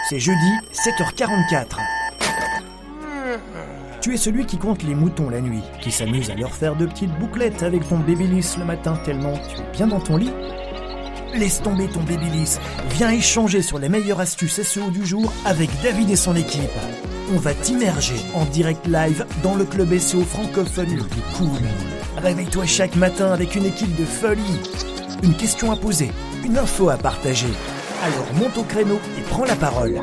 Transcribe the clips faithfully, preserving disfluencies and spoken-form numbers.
C'est jeudi, sept heures quarante-quatre. Tu es celui qui compte les moutons la nuit, qui s'amuse à leur faire de petites bouclettes avec ton Babyliss le matin tellement tu es bien dans ton lit. Laisse tomber ton Babyliss, viens échanger sur les meilleures astuces S E O du jour avec David et son équipe. On va t'immerger en direct live dans le club S E O francophone le plus cool. Réveille-toi chaque matin avec une équipe de folie. Une question à poser, une info à partager. Alors monte au créneau et prends la parole.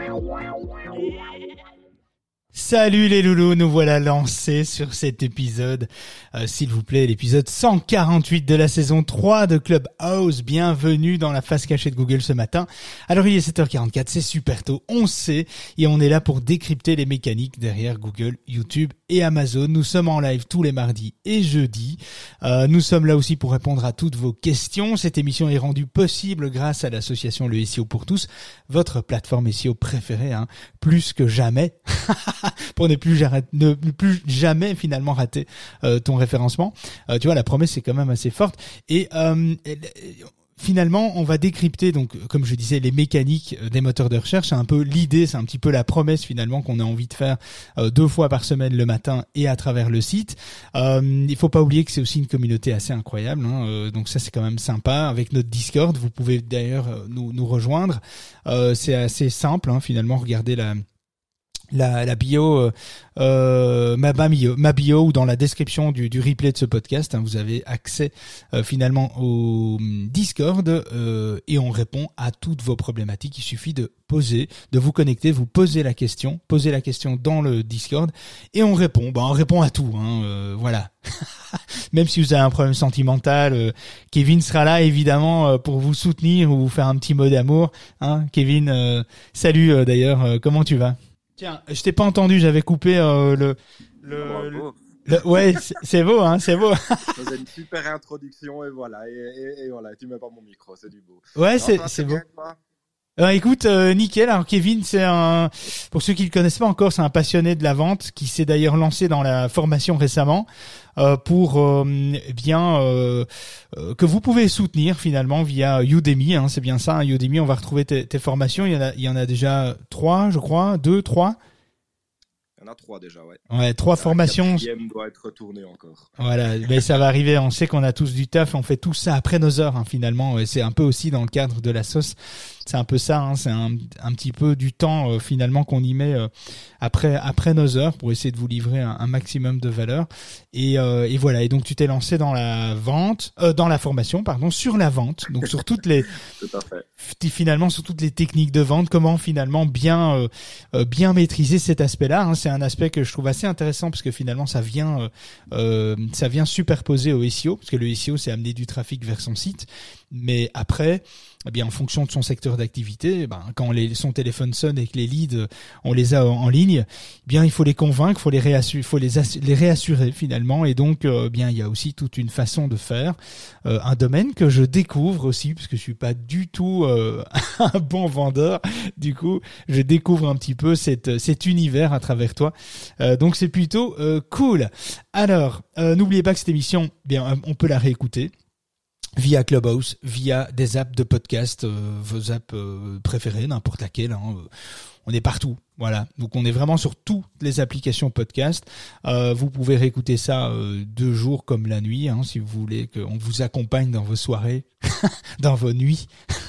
Salut les loulous, nous voilà lancés sur cet épisode, euh, s'il vous plaît, l'épisode cent quarante-huit de la saison trois de Clubhouse. Bienvenue dans la face cachée de Google ce matin. Alors il est sept heures quarante-quatre, c'est super tôt, on sait, et on est là pour décrypter les mécaniques derrière Google, YouTube et Amazon. Nous sommes en live tous les mardis et jeudis. Euh, nous sommes là aussi pour répondre à toutes vos questions. Cette émission est rendue possible grâce à l'association Le S E O pour tous, votre plateforme S E O préférée, hein, plus que jamais. pour ne plus, ne plus jamais finalement rater euh, ton référencement. Euh, tu vois, la promesse est quand même assez forte. Et euh, finalement, on va décrypter, donc, comme je disais, les mécaniques des moteurs de recherche. C'est un peu l'idée, c'est un petit peu la promesse finalement qu'on a envie de faire euh, deux fois par semaine le matin et à travers le site. Euh, il faut pas oublier que c'est aussi une communauté assez incroyable. Hein, euh, donc ça, c'est quand même sympa. Avec notre Discord, vous pouvez d'ailleurs euh, nous, nous rejoindre. Euh, c'est assez simple, hein, finalement. Regardez la... La, la bio, euh, euh, ma, ma bio, ma bio ou dans la description du, du replay de ce podcast, hein, vous avez accès euh, finalement au Discord euh, et on répond à toutes vos problématiques. Il suffit de poser, de vous connecter, vous posez la question, posez la question dans le Discord et on répond. Ben on répond à tout, hein, euh, voilà. Même si vous avez un problème sentimental, euh, Kevin sera là évidemment euh, pour vous soutenir ou vous faire un petit mot d'amour. Hein, Kevin, euh, salut euh, d'ailleurs, euh, comment tu vas? Tiens, je t'ai pas entendu, j'avais coupé euh, le, le, le, le, ouais, c'est, c'est beau, hein, c'est beau. Je faisais une super introduction et voilà, et, et, et voilà, tu mets pas mon micro, c'est du beau. Ouais, non, c'est, toi, c'est bien, beau. toi Euh, écoute, euh, nickel. Alors Kevin, c'est un, pour ceux qui le connaissent pas encore, c'est un passionné de la vente qui s'est d'ailleurs lancé dans la formation récemment euh, pour euh, eh bien euh, euh, que vous pouvez soutenir finalement via Udemy. Hein, c'est bien ça, hein, Udemy. On va retrouver tes, tes formations. Il y en a, il y en a déjà trois, je crois, deux, trois. Il y en a trois déjà, ouais. Ouais, trois la formations. La quatrième doit être retournée encore. Voilà, mais ça va arriver. On sait qu'on a tous du taf, on fait tout ça après nos heures, hein, finalement. Et c'est un peu aussi dans le cadre de la sauce. C'est un peu ça, hein, c'est un, un petit peu du temps euh, finalement qu'on y met euh, après après nos heures pour essayer de vous livrer un, un maximum de valeur. Et, euh, et voilà. Et donc tu t'es lancé dans la vente, euh, dans la formation, pardon, sur la vente. Donc sur toutes les, tout à fait. Finalement sur toutes les techniques de vente, comment finalement bien euh, euh, bien maîtriser cet aspect-là. Hein. C'est un aspect que je trouve assez intéressant parce que finalement ça vient euh, euh, ça vient superposer au S E O parce que le S E O c'est amener du trafic vers son site. Mais après, eh bien, en fonction de son secteur d'activité, ben, quand les, son téléphone sonne et que les leads, on les a en, en ligne, eh bien, il faut les convaincre, il faut les réassurer, faut les, assu- les réassurer finalement. Et donc, euh, bien, il y a aussi toute une façon de faire, euh, un domaine que je découvre aussi, parce que je suis pas du tout euh, un bon vendeur. Du coup, je découvre un petit peu cette, cet univers à travers toi. Euh, donc, c'est plutôt euh, cool. Alors, euh, n'oubliez pas que cette émission, bien, on peut la réécouter via Clubhouse, via des apps de podcast, euh, vos apps euh, préférées, n'importe laquelle. Hein, euh, on est partout, voilà. Donc on est vraiment sur toutes les applications podcast. Euh, vous pouvez réécouter ça euh, de jour comme la nuit, hein, si vous voulez qu'on vous accompagne dans vos soirées, dans vos nuits.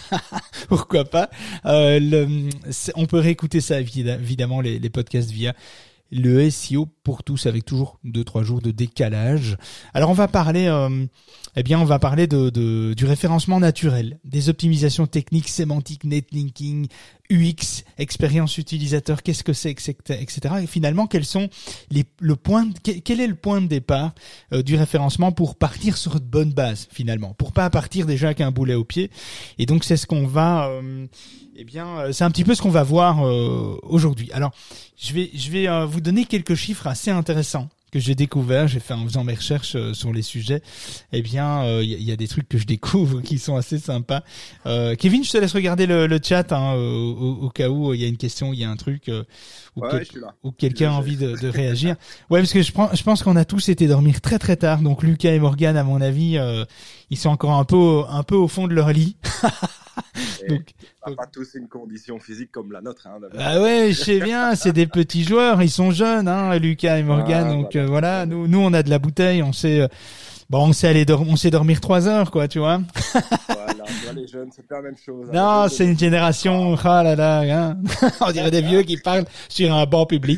Pourquoi pas. Euh, le, on peut réécouter ça évidemment les, les podcasts via le S E O pour tous avec toujours deux trois jours de décalage. Alors on va parler euh, eh bien on va parler de, de du référencement naturel, des optimisations techniques, sémantiques, netlinking, U X, expérience utilisateur, qu'est-ce que c'est, et cetera. Et finalement, quels sont les le point de, quel est le point de départ euh, du référencement pour partir sur de bonnes bases finalement, pour pas partir déjà avec un boulet au pied. Et donc c'est ce qu'on va euh, eh bien c'est un petit peu ce qu'on va voir euh, aujourd'hui. Alors, je vais je vais euh, vous donner quelques chiffres assez intéressants que j'ai découvert, j'ai fait en faisant mes recherches euh, sur les sujets. Eh bien, il euh, y, y a des trucs que je découvre qui sont assez sympas. Euh, Kevin, je te laisse regarder le, le chat hein, au, au, au cas où il y a une question, il y a un truc euh, où, ouais, quel, je suis là. où quelqu'un a envie de, de réagir. Ouais, parce que je, prends, je pense qu'on a tous été dormir très très tard. Donc Lucas et Morgane, à mon avis, euh, ils sont encore un peu un peu au fond de leur lit. donc, donc... pas tous une condition physique comme la nôtre. Hein, ah ouais, je sais bien, c'est des petits joueurs, ils sont jeunes, hein, Lucas et Morgan. Ah, donc voilà, euh, voilà nous, nous on a de la bouteille, on sait, euh, bon, on sait aller dormir, on sait dormir trois heures, quoi, tu vois. Voilà, vois, les jeunes, c'est pas la même chose. Hein, non, c'est une génération, ah oh là là, hein. On dirait des vieux qui parlent sur un banc public.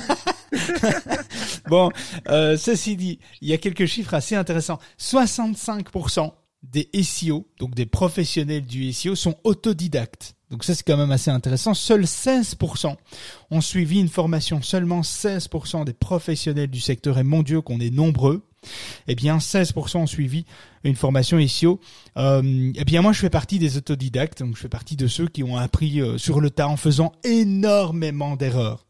Bon, euh, ceci dit, il y a quelques chiffres assez intéressants. soixante-cinq pour cent des S E O, donc des professionnels du S E O, sont autodidactes. Donc ça, c'est quand même assez intéressant. Seuls seize pour cent ont suivi une formation. Seulement seize pour cent des professionnels du secteur, et mon Dieu qu'on est nombreux, eh bien seize pour cent ont suivi une formation S E O. Euh, eh bien moi, je fais partie des autodidactes. Donc je fais partie de ceux qui ont appris euh, sur le tas en faisant énormément d'erreurs.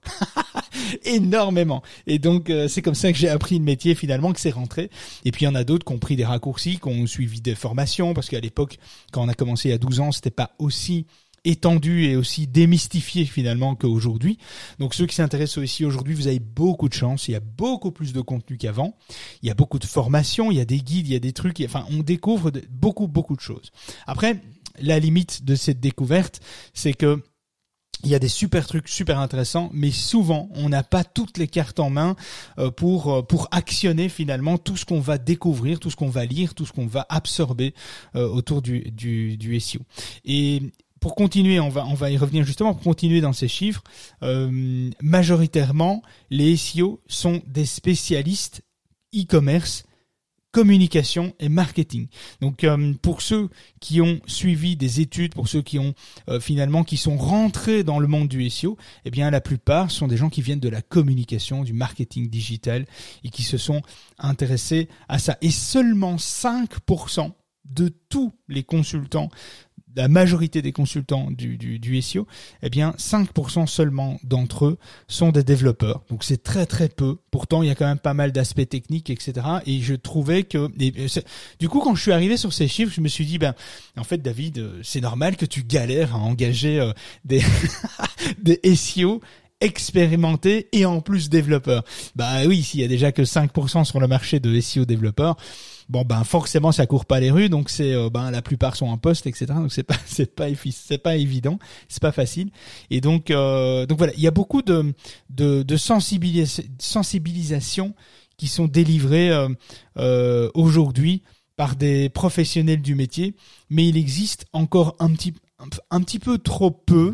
Énormément. Et donc euh, c'est comme ça que j'ai appris le métier finalement, que c'est rentré. Et puis il y en a d'autres qui ont pris des raccourcis, qui ont suivi des formations, parce qu'à l'époque, quand on a commencé il y a douze ans, c'était pas aussi étendu et aussi démystifié finalement qu'aujourd'hui. Donc ceux qui s'intéressent au S E O aujourd'hui, vous avez beaucoup de chance. Il y a beaucoup plus de contenu qu'avant. Il y a beaucoup de formations, il y a des guides, il y a des trucs. Enfin, on découvre de, beaucoup, beaucoup de choses. Après, la limite de cette découverte, c'est que il y a des super trucs super intéressants, mais souvent on n'a pas toutes les cartes en main pour pour actionner finalement tout ce qu'on va découvrir, tout ce qu'on va lire, tout ce qu'on va absorber euh, autour du du du S E O. Et pour continuer, on va on va y revenir justement, pour continuer dans ces chiffres, euh, majoritairement les S E O sont des spécialistes e-commerce, communication et marketing. Donc euh, pour ceux qui ont suivi des études, pour ceux qui ont euh, finalement qui sont rentrés dans le monde du S E O, eh bien la plupart sont des gens qui viennent de la communication, du marketing digital et qui se sont intéressés à ça. Et seulement cinq pour cent de tous les consultants, la majorité des consultants du, du, du S E O, eh bien cinq pour cent seulement d'entre eux sont des développeurs. Donc c'est très très peu. Pourtant il y a quand même pas mal d'aspects techniques, et cetera. Et je trouvais que, et du coup quand je suis arrivé sur ces chiffres, je me suis dit ben en fait David, c'est normal que tu galères à engager euh, des des S E O expérimentés et en plus développeurs. Bah oui, s'il y a déjà que cinq pour cent sur le marché de S E O développeurs, bon ben forcément ça court pas les rues, donc c'est euh, ben la plupart sont en poste, et cetera. Donc c'est pas c'est pas c'est pas évident, c'est pas facile. Et donc euh, donc voilà, il y a beaucoup de de, de sensibilis- sensibilisation qui sont délivrées euh, euh, aujourd'hui par des professionnels du métier, mais il existe encore un petit un petit peu trop peu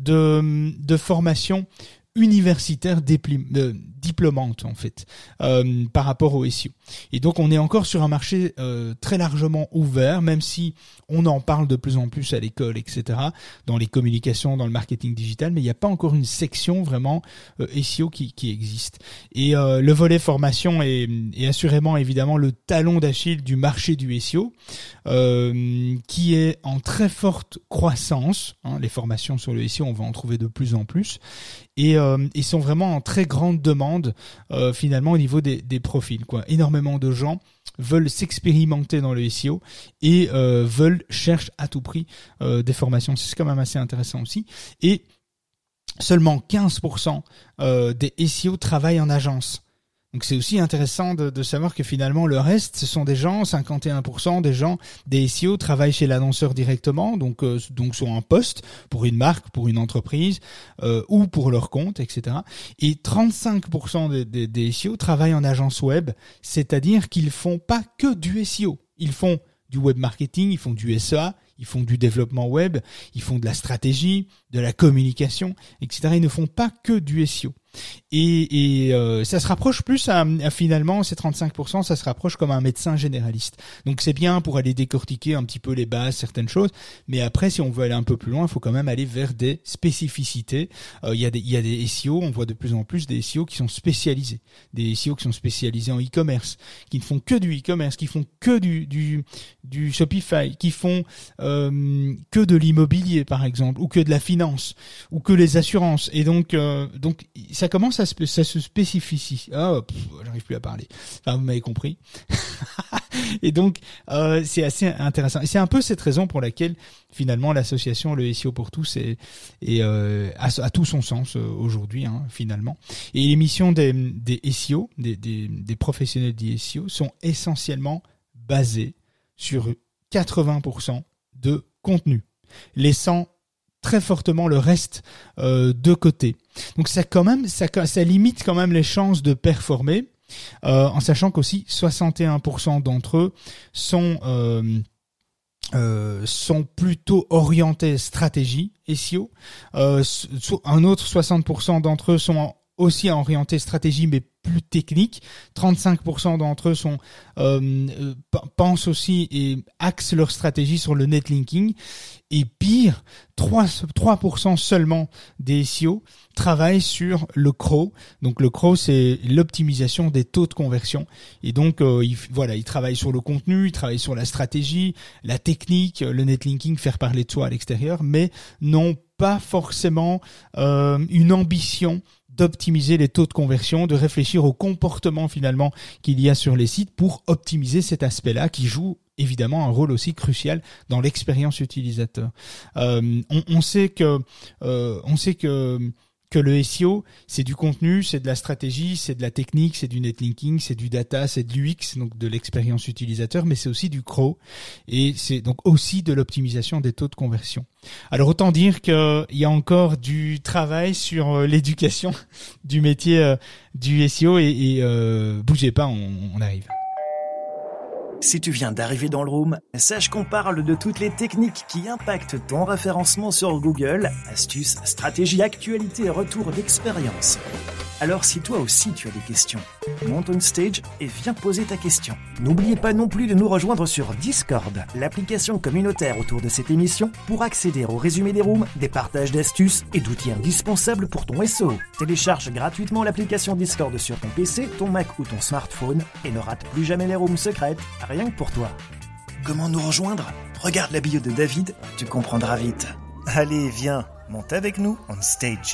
de de formations universitaire dépli- euh, diplômante en fait euh, par rapport au S E O. Et donc on est encore sur un marché euh, très largement ouvert, même si on en parle de plus en plus à l'école, et cetera, dans les communications, dans le marketing digital, mais il n'y a pas encore une section vraiment euh, S E O qui, qui existe. Et euh, le volet formation est, est assurément évidemment le talon d'Achille du marché du S E O, euh, qui est en très forte croissance. Hein, les formations sur le S E O, on va en trouver de plus en plus. Et euh, ils sont vraiment en très grande demande euh, finalement au niveau des, des profils, quoi. Énormément de gens veulent s'expérimenter dans le S E O et euh, veulent cherchent à tout prix euh, des formations. C'est quand même assez intéressant aussi. Et seulement quinze pour cent euh, des S E O travaillent en agence. Donc c'est aussi intéressant de, de savoir que finalement le reste, ce sont des gens, cinquante et un pour cent des gens des S E O travaillent chez l'annonceur directement, donc euh, donc sont en poste pour une marque, pour une entreprise euh, ou pour leur compte, et cetera. Et trente-cinq pour cent des, des, des S E O travaillent en agence web, c'est-à-dire qu'ils font pas que du S E O, ils font du web marketing, ils font du S E A, ils font du développement web, ils font de la stratégie, de la communication, et cetera. Ils ne font pas que du S E O. Et, et euh, ça se rapproche plus à, à finalement ces trente-cinq pour cent, ça se rapproche comme un médecin généraliste. Donc c'est bien pour aller décortiquer un petit peu les bases, certaines choses, mais après si on veut aller un peu plus loin, il faut quand même aller vers des spécificités. Euh, il y a des il y a des S E O, on voit de plus en plus des S E O qui sont spécialisés, des S E O qui sont spécialisés en e-commerce, qui ne font que du e-commerce, qui font que du du du Shopify, qui font euh, que de l'immobilier par exemple, ou que de la finance, ou que les assurances. Et donc euh, donc ça commence à se, ça se spécifie. Ah, pff, j'arrive plus à parler. Enfin, vous m'avez compris. Et donc, euh, c'est assez intéressant. Et c'est un peu cette raison pour laquelle, finalement, l'association Le S E O pour tous est, est, euh, a, a tout son sens euh, aujourd'hui, hein, finalement. Et les missions des, des S E O, des, des, des professionnels du S E O, sont essentiellement basées sur quatre-vingts pour cent de contenu, laissant très fortement le reste euh, de côté. Donc ça quand même, ça, ça limite quand même les chances de performer, euh, en sachant qu'aussi soixante et un pour cent d'entre eux sont euh, euh, sont plutôt orientés stratégie S E O. Euh, un autre soixante pour cent d'entre eux sont aussi orientés stratégie, mais plus technique. trente-cinq pour cent d'entre eux sont euh, euh, pensent aussi et axent leur stratégie sur le netlinking. Et pire, trois pour cent seulement des S E O travaillent sur le C R O. Donc le C R O, c'est l'optimisation des taux de conversion. Et donc euh, ils, voilà, ils travaillent sur le contenu, ils travaillent sur la stratégie, la technique, le netlinking, faire parler de soi à l'extérieur, mais n'ont pas forcément euh, une ambition d'optimiser les taux de conversion, de réfléchir au comportement finalement qu'il y a sur les sites pour optimiser cet aspect-là qui joue évidemment un rôle aussi crucial dans l'expérience utilisateur. Euh, on, on sait que euh, on sait que que le S E O, c'est du contenu, c'est de la stratégie, c'est de la technique, c'est du netlinking, c'est du data, c'est de l'U X, donc de l'expérience utilisateur, mais c'est aussi du C R O et c'est donc aussi de l'optimisation des taux de conversion. Alors autant dire qu'il y a encore du travail sur l'éducation du métier du S E O et, et euh, bougez pas, on, on arrive. Si tu viens d'arriver dans le room, sache qu'on parle de toutes les techniques qui impactent ton référencement sur Google, astuces, stratégies, actualités et retours d'expérience. Alors si toi aussi tu as des questions, monte on stage et viens poser ta question. N'oubliez pas non plus de nous rejoindre sur Discord, l'application communautaire autour de cette émission, pour accéder au résumé des rooms, des partages d'astuces et d'outils indispensables pour ton S E O. Télécharge gratuitement l'application Discord sur ton P C, ton Mac ou ton smartphone et ne rate plus jamais les rooms secrètes, rien que pour toi. Comment nous rejoindre ? Regarde la bio de David, tu comprendras vite. Allez, viens, monte avec nous on stage.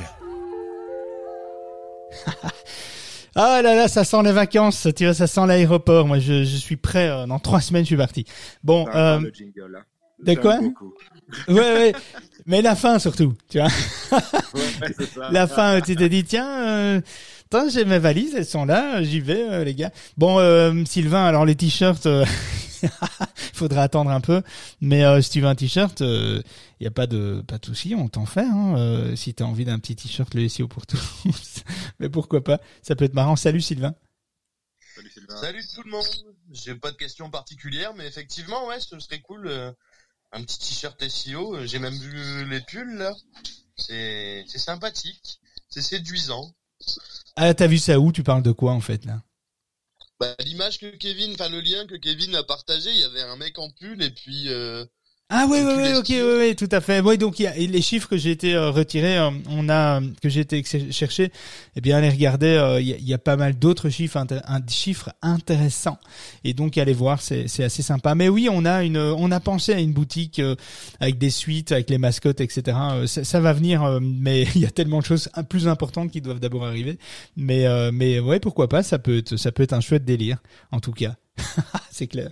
Ah là là, ça sent les vacances, tu vois, ça sent l'aéroport. Moi, je, je suis prêt. Euh, dans trois semaines, je suis parti. Bon, ah, euh, le jingle, là. De quoi ? Ouais, ouais. Mais la fin surtout, tu vois. Ouais, c'est ça. La fin, tu te dis tiens, euh, attends, j'ai mes valises, elles sont là, j'y vais, euh, les gars. Bon, euh, Sylvain, alors les t-shirts, euh, faudra attendre un peu. Mais euh, si tu veux un t-shirt, il euh, y a pas de pas de souci, on t'en fait. Hein, euh, si t'as envie d'un petit t-shirt, le S E O pour tous. Mais pourquoi pas ? Ça peut être marrant. Salut Sylvain. Salut Sylvain. Salut tout le monde. J'ai pas de questions particulières, mais effectivement, ouais, ce serait cool. Euh, un petit t-shirt S E O. J'ai même vu les pulls là. C'est c'est sympathique, c'est séduisant. Ah, t'as vu ça où ? Tu parles de quoi en fait là ? Bah, l'image que Kevin, enfin le lien que Kevin a partagé, il y avait un mec en pull et puis. Euh, Ah oui, oui, oui, les ok, oui, oui, tout à fait. Oui, donc il y a et les chiffres que j'ai été euh, retirés, euh, on a que j'ai été ex- chercher. Eh bien, allez regarder, euh, il y, a, il y a pas mal d'autres chiffres, inter- un chiffres intéressants. Et donc allez voir, c'est c'est assez sympa. Mais oui, on a une, on a pensé à une boutique euh, avec des suites, avec les mascottes, et cetera. Euh, ça, ça va venir, euh, mais il y a tellement de choses plus importantes qui doivent d'abord arriver. Mais euh, mais ouais, pourquoi pas, ça peut être, ça peut être un chouette délire, en tout cas. C'est clair.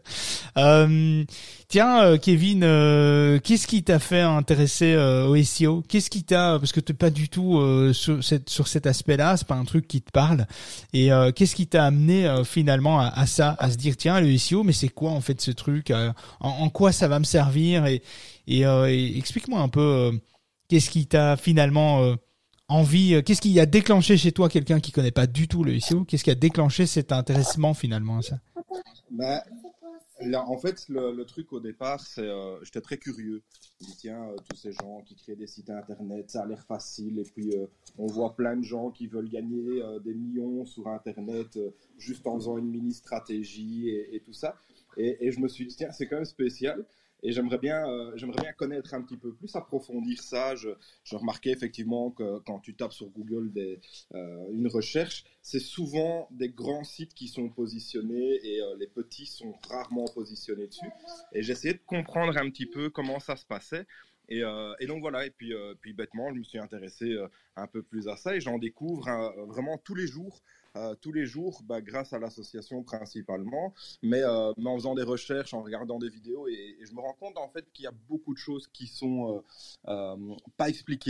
Euh, tiens, euh, Kevin, euh, qu'est-ce qui t'a fait intéresser euh, au S E O ? Qu'est-ce qui t'a, parce que t'es pas du tout euh, sur, cette, sur cet aspect-là, c'est pas un truc qui te parle. Et euh, qu'est-ce qui t'a amené euh, finalement à, à ça, à se dire tiens, le S E O, mais c'est quoi en fait ce truc ? euh, en, en quoi ça va me servir ? Et, et, euh, et explique-moi un peu euh, qu'est-ce qui t'a finalement euh, envie, euh, qu'est-ce qui a déclenché chez toi quelqu'un qui connaît pas du tout le S E O ? Qu'est-ce qui a déclenché cet intéressement finalement à ça ? Bah, là, en fait, le, le truc au départ, c'est euh, j'étais très curieux. Je me dis, tiens, euh, tous ces gens qui créent des sites internet, ça a l'air facile. Et puis, euh, on voit plein de gens qui veulent gagner euh, des millions sur internet euh, juste en faisant une mini stratégie et, et tout ça. Et, et je me suis dit, tiens, c'est quand même spécial. Et j'aimerais bien, euh, j'aimerais bien connaître un petit peu plus, approfondir ça. Je, je remarquais effectivement que quand tu tapes sur Google des, euh, une recherche, c'est souvent des grands sites qui sont positionnés et euh, les petits sont rarement positionnés dessus. Et j'essayais de comprendre un petit peu comment ça se passait. Et, euh, et donc voilà, et puis, euh, puis bêtement, je me suis intéressé euh, un peu plus à ça et j'en découvre euh, vraiment tous les jours. Euh, tous les jours, bah, grâce à l'association principalement, mais, euh, mais en faisant des recherches, en regardant des vidéos, et, et je me rends compte en fait qu'il y a beaucoup de choses qui sont euh, euh, pas expliquées.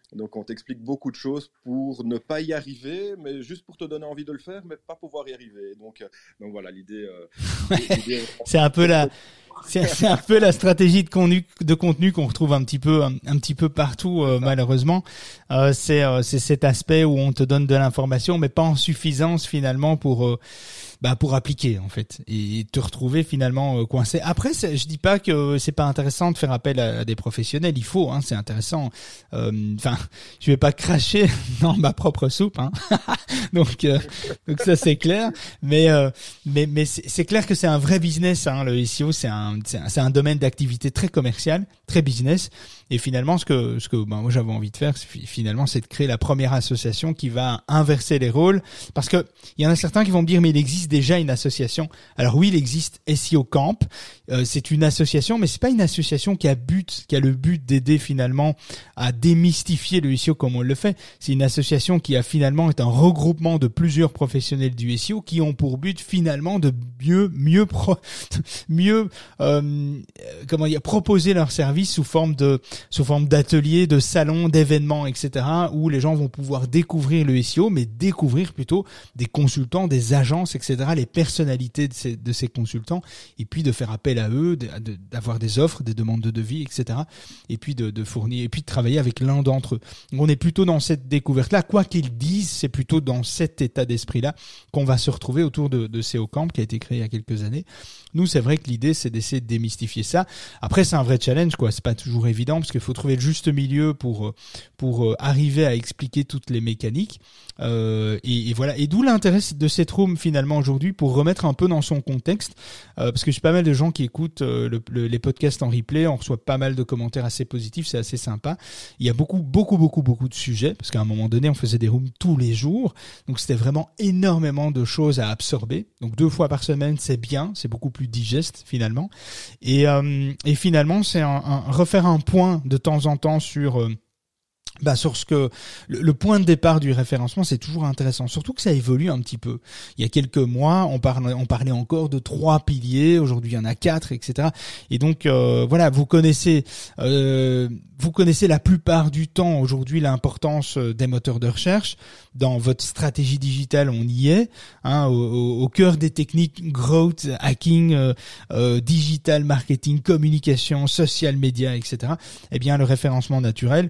Donc on t'explique beaucoup de choses pour ne pas y arriver, mais juste pour te donner envie de le faire, mais pas pouvoir y arriver. Donc, euh, donc voilà, l'idée. Euh, l'idée c'est un peu la, c'est, c'est un peu la stratégie de contenu, de contenu qu'on retrouve un petit peu, un, un petit peu partout euh, malheureusement. Euh, c'est, euh, c'est cet aspect où on te donne de l'information, mais pas en suffisance finalement pour. Euh, bah pour appliquer en fait et te retrouver finalement euh, coincé. Après c'est, je dis pas que c'est pas intéressant de faire appel à, à des professionnels, il faut hein, c'est intéressant. Enfin, euh, je vais pas cracher dans ma propre soupe hein. donc euh, donc ça c'est clair, mais euh, mais mais c'est, c'est clair que c'est un vrai business hein, le S E O, c'est un c'est un, c'est un domaine d'activité très commercial, très business. Et finalement, ce que ce que ben, moi j'avais envie de faire, c'est, finalement, c'est de créer la première association qui va inverser les rôles, parce que il y en a certains qui vont me dire mais il existe déjà une association. Alors oui, il existe S E O Camp. Euh, c'est une association, mais c'est pas une association qui a but, qui a le but d'aider finalement à démystifier le S E O comme on le fait. C'est une association qui a finalement est un regroupement de plusieurs professionnels du S E O qui ont pour but finalement de mieux mieux pro, mieux euh, comment dire proposer leurs services sous forme de sous forme d'ateliers, de salons, d'événements, et cetera, où les gens vont pouvoir découvrir le S E O, mais découvrir plutôt des consultants, des agences, et cetera, les personnalités de ces, de ces consultants, et puis de faire appel à eux, de, de, d'avoir des offres, des demandes de devis, et cetera, et puis de, de fournir, et puis de travailler avec l'un d'entre eux. Donc on est plutôt dans cette découverte-là. Quoi qu'ils disent, c'est plutôt dans cet état d'esprit-là qu'on va se retrouver autour de, de S E O Camp, qui a été créé il y a quelques années. Nous, c'est vrai que l'idée, c'est d'essayer de démystifier ça. Après, c'est un vrai challenge, quoi. C'est pas toujours évident parce qu'il faut trouver le juste milieu pour pour arriver à expliquer toutes les mécaniques. Euh, et, et voilà. Et d'où l'intérêt de cette room finalement aujourd'hui, pour remettre un peu dans son contexte, euh, parce que j'ai pas mal de gens qui écoutent euh, le, le, les podcasts en replay. On reçoit pas mal de commentaires assez positifs. C'est assez sympa. Il y a beaucoup, beaucoup, beaucoup, beaucoup de sujets parce qu'à un moment donné, on faisait des rooms tous les jours. Donc c'était vraiment énormément de choses à absorber. Donc deux fois par semaine, c'est bien. C'est beaucoup plus digeste finalement. Et, euh, et finalement, c'est un, un, refaire un point de temps en temps sur euh, bah sur ce que le, le point de départ du référencement, c'est toujours intéressant, surtout que ça évolue un petit peu. Il y a quelques mois, on parlait on parlait encore de trois piliers, aujourd'hui il y en a quatre, et cetera. Et donc euh, voilà, vous connaissez euh, vous connaissez la plupart du temps aujourd'hui l'importance des moteurs de recherche. Dans votre stratégie digitale, on y est, hein, au, au cœur des techniques growth, hacking, euh, euh, digital marketing, communication, social media, et cetera. Eh bien, le référencement naturel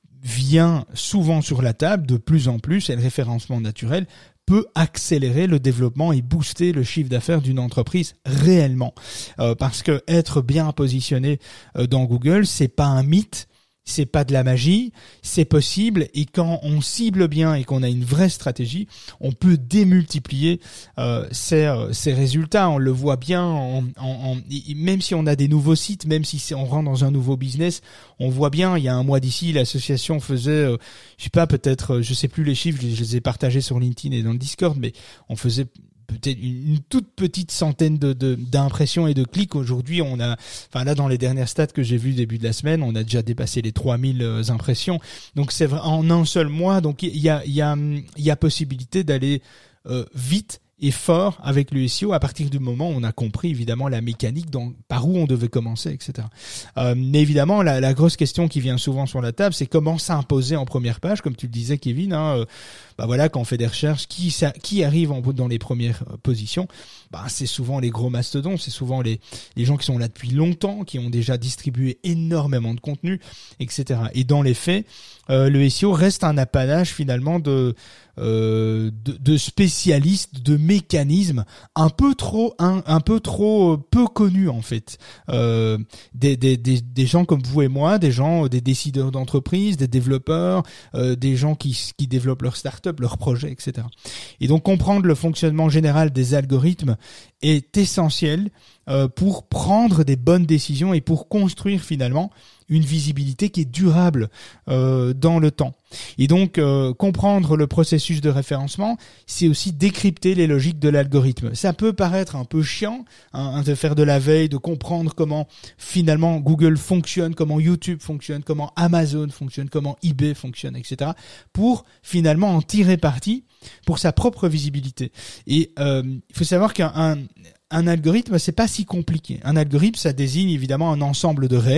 vient souvent sur la table de plus en plus, et le référencement naturel peut accélérer le développement et booster le chiffre d'affaires d'une entreprise réellement. Euh, parce que être bien positionné euh, dans Google, c'est pas un mythe. C'est pas de la magie, c'est possible, et quand on cible bien et qu'on a une vraie stratégie, on peut démultiplier euh, ces, euh, ces résultats. On le voit bien, en, en, en, même si on a des nouveaux sites, même si on rentre dans un nouveau business, on voit bien. Il y a un mois d'ici, l'association faisait, euh, je sais pas, peut-être, euh, je sais plus les chiffres, je, je les ai partagés sur LinkedIn et dans le Discord, mais on faisait peut-être une, une toute petite centaine de, de d'impressions et de clics. Aujourd'hui, on a, enfin là dans les dernières stats que j'ai vues début de la semaine, on a déjà dépassé les trois mille impressions. Donc c'est vrai, en un seul mois. Donc il y a il y a il y a possibilité d'aller euh, vite et fort avec le S E O à partir du moment où on a compris évidemment la mécanique, dans, par où on devait commencer, et cetera. Euh, mais évidemment, la, la grosse question qui vient souvent sur la table, c'est comment s'imposer en première page, comme tu le disais, Kevin. Hein, euh, bah voilà, quand on fait des recherches, qui ça, qui arrive en, dans les premières positions, bah c'est souvent les gros mastodons, c'est souvent les les gens qui sont là depuis longtemps, qui ont déjà distribué énormément de contenu, et cetera. Et dans les faits, euh, le S E O reste un apanage finalement de Euh, de, de spécialistes, de mécanismes un peu trop un, un peu trop peu connus en fait. Euh, des, des, des, des gens comme vous et moi, des gens, des décideurs d'entreprise, des développeurs, euh, des gens qui, qui développent leur start-up, leurs projets, et cetera. Et donc comprendre le fonctionnement général des algorithmes est essentiel euh, pour prendre des bonnes décisions et pour construire finalement une visibilité qui est durable euh, dans le temps. Et donc, euh, comprendre le processus de référencement, c'est aussi décrypter les logiques de l'algorithme. Ça peut paraître un peu chiant, hein, de faire de la veille, de comprendre comment finalement Google fonctionne, comment YouTube fonctionne, comment Amazon fonctionne, comment eBay fonctionne, et cetera, pour finalement en tirer parti pour sa propre visibilité. Et euh, il faut savoir qu'un un, un algorithme, c'est pas si compliqué. Un algorithme, ça désigne évidemment un ensemble de règles,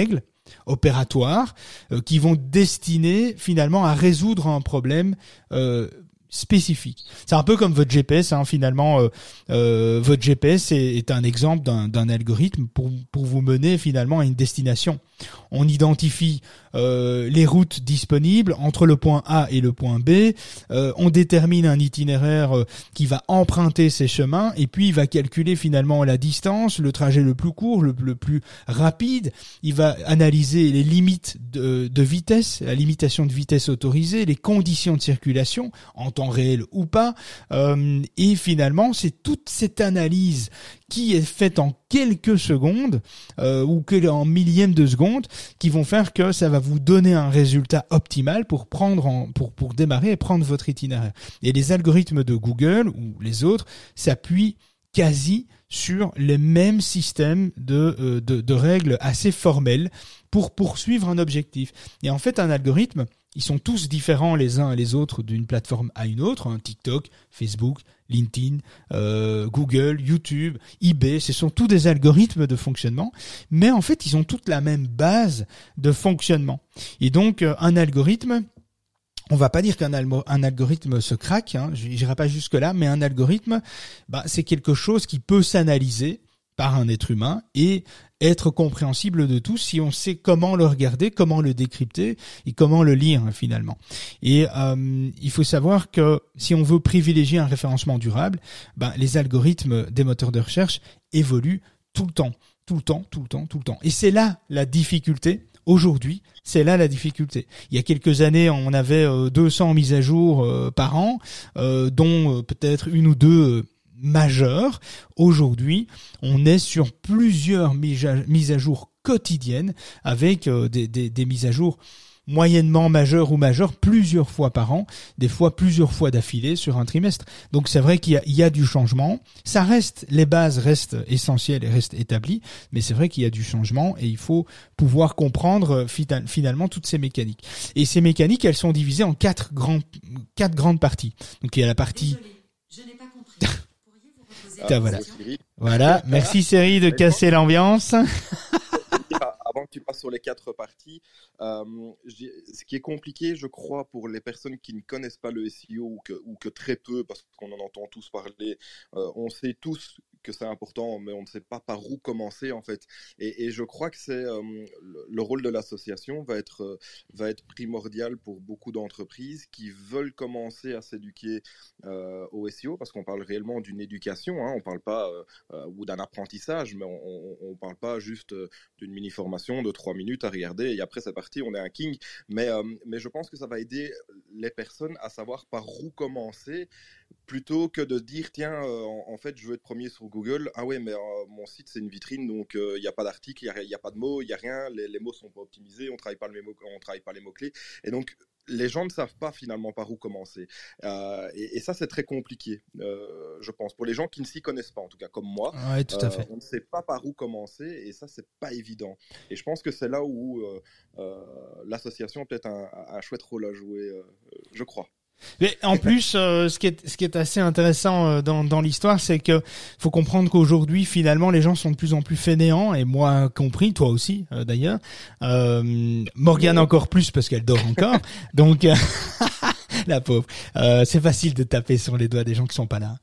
opératoires euh, qui vont destiner finalement à résoudre un problème euh, spécifique. C'est un peu comme votre G P S, hein, finalement. Euh, euh, votre G P S est, est un exemple d'un, d'un algorithme pour, pour vous mener finalement à une destination. On identifie euh, les routes disponibles entre le point A et le point B. Euh, on détermine un itinéraire euh, qui va emprunter ces chemins et puis il va calculer finalement la distance, le trajet le plus court, le, le plus rapide. Il va analyser les limites de, de vitesse, la limitation de vitesse autorisée, les conditions de circulation en temps réel ou pas. Euh, et finalement, c'est toute cette analyse qui est faite en quelques secondes euh, ou que en millièmes de seconde qui vont faire que ça va vous donner un résultat optimal pour prendre en, pour pour démarrer et prendre votre itinéraire. Et les algorithmes de Google ou les autres s'appuient quasi sur les mêmes systèmes de euh, de, de règles assez formelles pour poursuivre un objectif. Et en fait, un algorithme, ils sont tous différents les uns et les autres d'une plateforme à une autre, hein, TikTok, Facebook, LinkedIn, euh, Google, YouTube, eBay, ce sont tous des algorithmes de fonctionnement, mais en fait, ils ont toutes la même base de fonctionnement. Et donc, euh, un algorithme, on va pas dire qu'un almo- un algorithme se craque, hein, j'irai pas jusque là, mais un algorithme, bah, c'est quelque chose qui peut s'analyser par un être humain et être compréhensible de tous si on sait comment le regarder, comment le décrypter et comment le lire finalement. Et euh, il faut savoir que si on veut privilégier un référencement durable, ben, les algorithmes des moteurs de recherche évoluent tout le temps, tout le temps, tout le temps, tout le temps. Et c'est là la difficulté. Aujourd'hui, c'est là la difficulté. Il y a quelques années, on avait euh, deux cents mises à jour euh, par an, euh, dont euh, peut-être une ou deux euh, majeures. Aujourd'hui, on est sur plusieurs mises à jour quotidiennes avec euh, des, des, des mises à jour moyennement majeures ou majeures plusieurs fois par an, des fois plusieurs fois d'affilée sur un trimestre. Donc c'est vrai qu'il y a, il y a du changement. Ça reste, les bases restent essentielles et restent établies, mais c'est vrai qu'il y a du changement et il faut pouvoir comprendre finalement toutes ces mécaniques. Et ces mécaniques, elles sont divisées en quatre grands, quatre grandes parties. Donc il y a la partie... Désolée, je n'ai pas compris. Pourriez vous reposer Ah, la voilà. question ? Voilà, merci Série de casser l'ambiance. Avant que tu passes sur les quatre parties, euh, ce qui est compliqué, je crois, pour les personnes qui ne connaissent pas le S E O ou que, ou que très peu, parce qu'on en entend tous parler, euh, on sait tous que c'est important, mais on ne sait pas par où commencer en fait. Et, et je crois que c'est euh, le rôle de l'association va être euh, va être primordial pour beaucoup d'entreprises qui veulent commencer à s'éduquer euh, au S E O, parce qu'on parle réellement d'une éducation, hein, on parle pas euh, ou d'un apprentissage, mais on, ne parle pas juste euh, d'une mini formation de trois minutes à regarder et après c'est parti, on est un king. Mais euh, mais je pense que ça va aider les personnes à savoir par où commencer, plutôt que de dire tiens euh, en, en fait je veux être premier sur Google, ah ouais mais euh, mon site c'est une vitrine donc il euh, n'y a pas d'article, il n'y a, a pas de mots, il n'y a rien, les, les mots sont pas optimisés, on travaille pas le mémo, on travaille pas les mots-clés et donc les gens ne savent pas finalement par où commencer euh, et, et ça c'est très compliqué euh, je pense pour les gens qui ne s'y connaissent pas en tout cas comme moi. Ouais, tout à fait. Euh, on ne sait pas par où commencer et ça c'est pas évident et je pense que c'est là où euh, euh, l'association a peut-être un, un chouette rôle à jouer euh, je crois. Mais en plus, euh, ce qui est ce qui est assez intéressant euh, dans dans l'histoire, c'est que faut comprendre qu'aujourd'hui, finalement, les gens sont de plus en plus fainéants, et moi compris, toi aussi euh, d'ailleurs. Euh, Morgane encore plus parce qu'elle dort encore, donc euh, la pauvre. Euh, c'est facile de taper sur les doigts des gens qui sont pas là.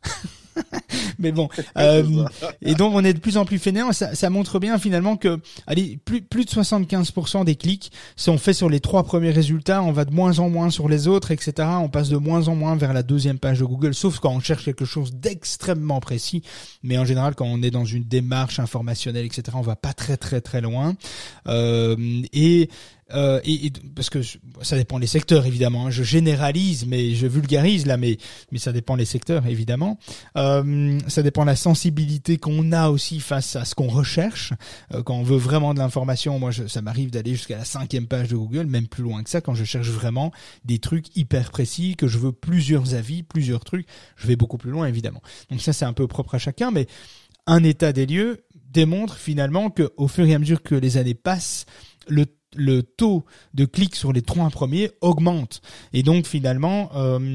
Mais bon, euh, et donc on est de plus en plus fainéants. Ça, ça montre bien finalement que, allez, plus plus de soixante-quinze pour cent des clics sont faits sur les trois premiers résultats. On va de moins en moins sur les autres, et cetera. On passe de moins en moins vers la deuxième page de Google, sauf quand on cherche quelque chose d'extrêmement précis. Mais en général, quand on est dans une démarche informationnelle, et cetera, on va pas très très très loin. Euh, et Euh, et, et parce que ça dépend des secteurs évidemment. Je généralise, mais je vulgarise là, mais mais ça dépend des secteurs évidemment. Euh, ça dépend de la sensibilité qu'on a aussi face à ce qu'on recherche. Euh, quand on veut vraiment de l'information, moi je, ça m'arrive d'aller jusqu'à la cinquième page de Google, même plus loin que ça. Quand je cherche vraiment des trucs hyper précis, que je veux plusieurs avis, plusieurs trucs, je vais beaucoup plus loin évidemment. Donc ça c'est un peu propre à chacun, mais un état des lieux démontre finalement que au fur et à mesure que les années passent, le le taux de clics sur les trois premiers augmente. Et donc, finalement, euh,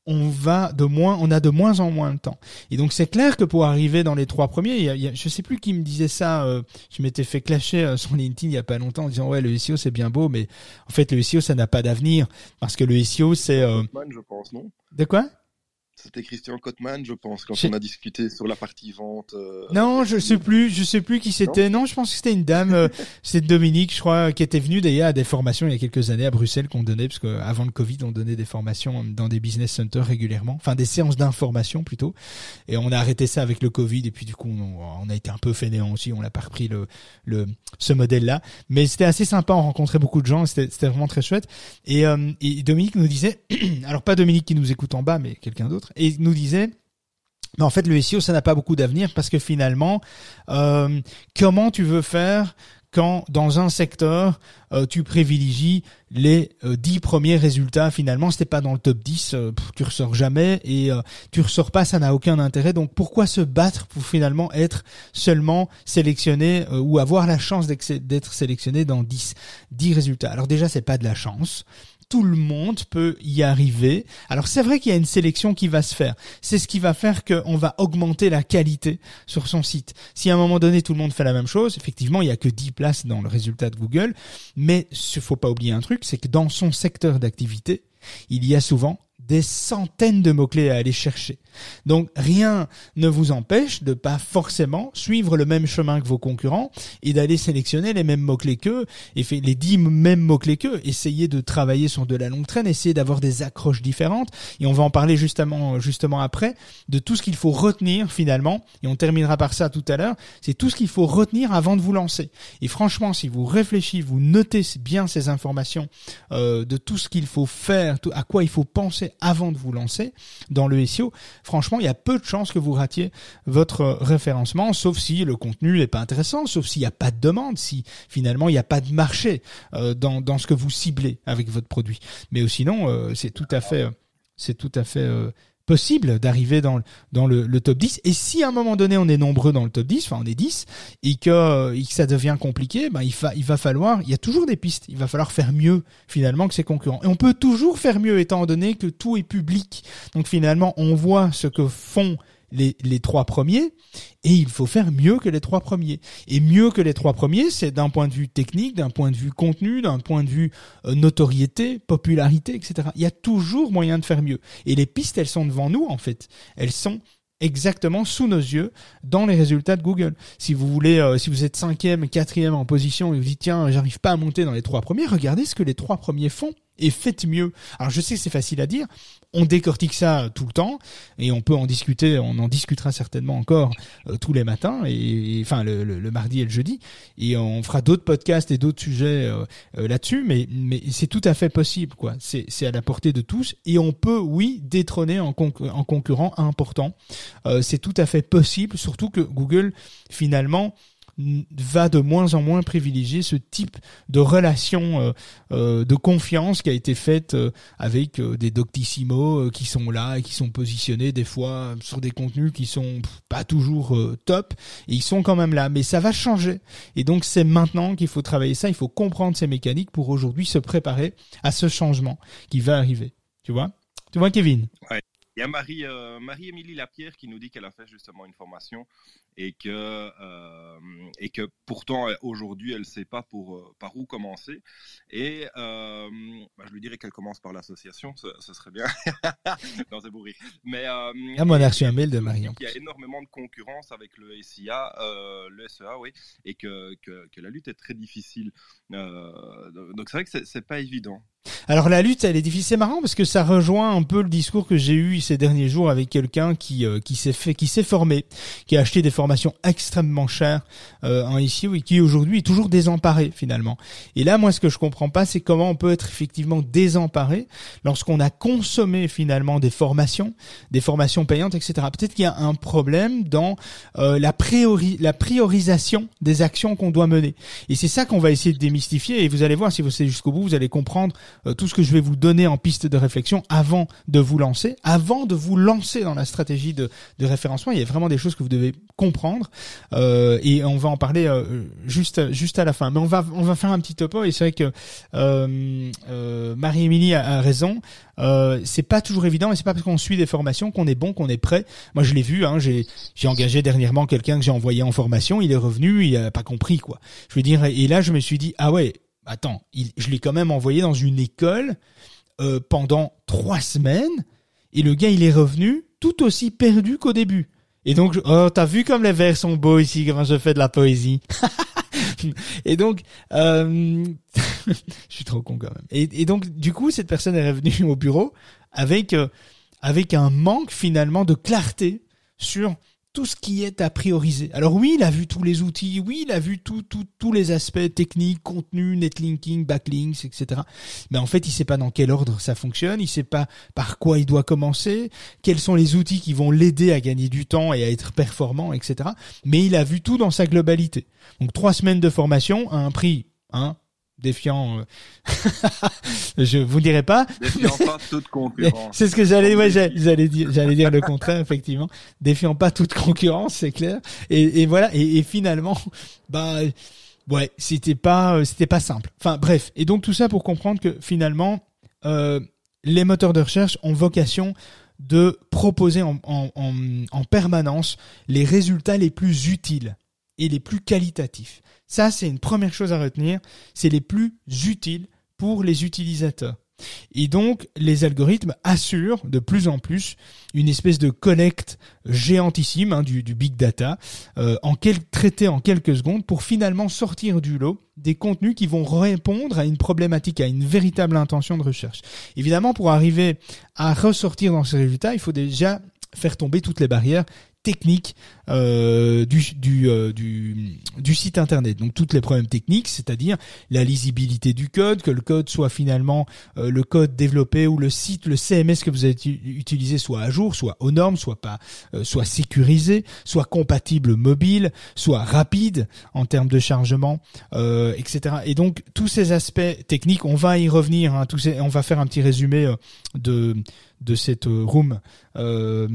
on va de moins, on a de moins en moins de temps. Et donc c'est clair que pour arriver dans les trois premiers, il y a, il y a, je sais plus qui me disait ça, euh, je m'étais fait clasher euh, sur LinkedIn il y a pas longtemps en disant ouais le S E O c'est bien beau, mais en fait le S E O ça n'a pas d'avenir parce que le S E O c'est euh... Cotman, je pense, non? De quoi? C'était Christian Cotman, je pense, quand je... on a discuté sur la partie vente. Euh... Non, je sais plus, je sais plus qui c'était. Non, non je pense que c'était une dame, euh, c'était Dominique, je crois, qui était venue d'ailleurs à des formations il y a quelques années à Bruxelles qu'on donnait, parce que avant le Covid, on donnait des formations dans des business centers régulièrement, enfin des séances d'information plutôt. Et on a arrêté ça avec le Covid, et puis du coup, on, on a été un peu fainéant aussi, on n'a pas repris le, le, ce modèle-là. Mais c'était assez sympa, on rencontrait beaucoup de gens, c'était, c'était vraiment très chouette. Et, euh, et Dominique nous disait, alors pas Dominique qui nous écoute en bas, mais quelqu'un d'autre. Et il nous disait, mais en fait le S E O ça n'a pas beaucoup d'avenir parce que finalement, euh, comment tu veux faire quand dans un secteur euh, tu privilégies les euh, dix premiers résultats, finalement si t'es pas dans le top dix, euh, pff, tu ressors jamais et euh, tu ressors pas, ça n'a aucun intérêt. Donc pourquoi se battre pour finalement être seulement sélectionné euh, ou avoir la chance d'être sélectionné dans dix, dix résultats? Alors déjà c'est pas de la chance. Tout le monde peut y arriver. Alors c'est vrai qu'il y a une sélection qui va se faire. C'est ce qui va faire qu'on va augmenter la qualité sur son site. Si à un moment donné tout le monde fait la même chose, effectivement il y a que dix places dans le résultat de Google, mais il faut pas oublier un truc, c'est que dans son secteur d'activité, il y a souvent des centaines de mots-clés à aller chercher. Donc rien ne vous empêche de pas forcément suivre le même chemin que vos concurrents et d'aller sélectionner les mêmes mots-clés qu'eux et faire les dix mêmes mots-clés qu'eux. Essayez de travailler sur de la longue traîne, essayez d'avoir des accroches différentes et on va en parler justement, justement après de tout ce qu'il faut retenir finalement et on terminera par ça tout à l'heure. C'est tout ce qu'il faut retenir avant de vous lancer. Et franchement, si vous réfléchissez, vous notez bien ces informations euh, de tout ce qu'il faut faire, tout, à quoi il faut penser avant de vous lancer dans le S E O, franchement, il y a peu de chances que vous ratiez votre référencement, sauf si le contenu n'est pas intéressant, sauf s'il n'y a pas de demande, si finalement il n'y a pas de marché euh, dans, dans ce que vous ciblez avec votre produit. Mais sinon, euh, c'est tout à fait, euh, c'est tout à fait euh, possible d'arriver dans, dans le, le top dix. Et si à un moment donné on est nombreux dans le top dix, enfin on est dix, et que, et que ça devient compliqué, ben il, fa, il va falloir, il y a toujours des pistes, il va falloir faire mieux finalement que ses concurrents. Et on peut toujours faire mieux étant donné que tout est public. Donc finalement on voit ce que font les, les trois premiers et il faut faire mieux que les trois premiers. Et mieux que les trois premiers, c'est d'un point de vue technique, d'un point de vue contenu, d'un point de vue euh, notoriété, popularité, et cetera. Il y a toujours moyen de faire mieux. Et les pistes, elles sont devant nous en fait. Elles sont exactement sous nos yeux dans les résultats de Google. Si vous voulez, euh, si vous êtes cinquième, quatrième en position et vous dites tiens, j'arrive pas à monter dans les trois premiers, regardez ce que les trois premiers font et faites mieux. Alors je sais que c'est facile à dire, on décortique ça tout le temps et on peut en discuter, on en discutera certainement encore euh, tous les matins et, et enfin le, le, le mardi et le jeudi et on fera d'autres podcasts et d'autres sujets euh, euh, là-dessus, mais mais c'est tout à fait possible quoi. C'est c'est à la portée de tous et on peut oui détrôner en, conc- en concurrent important. Euh, c'est tout à fait possible, surtout que Google finalement va de moins en moins privilégier ce type de relation euh, euh, de confiance qui a été faite euh, avec euh, des Doctissimo euh, qui sont là et qui sont positionnés des fois sur des contenus qui sont pff, pas toujours euh, top et ils sont quand même là, mais ça va changer et donc c'est maintenant qu'il faut travailler ça, il faut comprendre ces mécaniques pour aujourd'hui se préparer à ce changement qui va arriver. Tu vois, tu vois Kevin? Ouais. Il y a Marie, euh, Marie-Émilie Lapierre qui nous dit qu'elle a fait justement une formation et que, euh, et que pourtant aujourd'hui elle ne sait pas pour, euh, par où commencer. Et euh, bah, je lui dirais qu'elle commence par l'association, ce, ce serait bien. Non, c'est pour rire. Mais, euh, ah, moi, on a reçu un mail de Marion. Il y a énormément de concurrence avec le S I A, euh, le S E A, oui, et que, que, que la lutte est très difficile. Euh, donc c'est vrai que c'est, c'est pas évident. Alors la lutte, elle est difficile, c'est marrant parce que ça rejoint un peu le discours que j'ai eu ces derniers jours avec quelqu'un qui euh, qui s'est fait, qui s'est formé, qui a acheté des formations extrêmement chères euh, en S E O et qui aujourd'hui est toujours désemparé finalement. Et là, moi, ce que je comprends pas, c'est comment on peut être effectivement désemparé lorsqu'on a consommé finalement des formations, des formations payantes, et cetera. Peut-être qu'il y a un problème dans euh, la priori, la priorisation des actions qu'on doit mener. Et c'est ça qu'on va essayer de démystifier. Et vous allez voir, si vous êtes jusqu'au bout, vous allez comprendre tout ce que je vais vous donner en piste de réflexion avant de vous lancer, avant de vous lancer dans la stratégie de, de référencement. Il y a vraiment des choses que vous devez comprendre euh, et on va en parler euh, juste juste à la fin. Mais on va on va faire un petit topo et c'est vrai que euh, euh, Marie-Émilie a, a raison. Euh, c'est pas toujours évident et c'est pas parce qu'on suit des formations qu'on est bon, qu'on est prêt. Moi, je l'ai vu. Hein, j'ai j'ai engagé dernièrement quelqu'un que j'ai envoyé en formation. Il est revenu, il a pas compris quoi. Je veux dire. Et là, je me suis dit ah ouais, attends, il, je l'ai quand même envoyé dans une école euh, pendant trois semaines et le gars il est revenu tout aussi perdu qu'au début. Et donc, oh, t'as vu comme les vers sont beaux ici, comment je fais de la poésie. Et donc, euh, je suis trop con quand même. Et, et donc, du coup, cette personne est revenue au bureau avec euh, avec un manque finalement de clarté sur tout ce qui est à prioriser. Alors oui, il a vu tous les outils, oui, il a vu tout, tout, tous les aspects techniques, contenu, netlinking, backlinks, et cetera. Mais en fait, il sait pas dans quel ordre ça fonctionne, il sait pas par quoi il doit commencer, quels sont les outils qui vont l'aider à gagner du temps et à être performant, et cetera. Mais il a vu tout dans sa globalité. Donc trois semaines de formation à un prix, hein, défiant, euh... je vous dirai pas. Défiant pas toute concurrence. C'est ce que j'allais, ouais, j'allais dire, j'allais dire le contraire, effectivement. Défiant pas toute concurrence, c'est clair. Et, et voilà. Et, et finalement, bah, ouais, c'était pas, c'était pas simple. Enfin, bref. Et donc tout ça pour comprendre que finalement, euh, les moteurs de recherche ont vocation de proposer en, en, en, en permanence les résultats les plus utiles et les plus qualitatifs. Ça, c'est une première chose à retenir, c'est les plus utiles pour les utilisateurs. Et donc, les algorithmes assurent de plus en plus une espèce de collecte géantissime hein, du, du big data, euh, en quel, traité en quelques secondes pour finalement sortir du lot des contenus qui vont répondre à une problématique, à une véritable intention de recherche. Évidemment, pour arriver à ressortir dans ces résultats, il faut déjà faire tomber toutes les barrières techniques euh, du du, euh, du du site internet. Donc toutes les problèmes techniques, c'est-à-dire la lisibilité du code, que le code soit finalement euh, le code développé ou le site, le C M S que vous avez utilisé soit à jour, soit aux normes, soit pas, euh, soit sécurisé, soit compatible mobile, soit rapide en termes de chargement, euh, et cetera. Et donc tous ces aspects techniques, on va y revenir. Hein, tous ces, on va faire un petit résumé euh, de de cette room. Euh,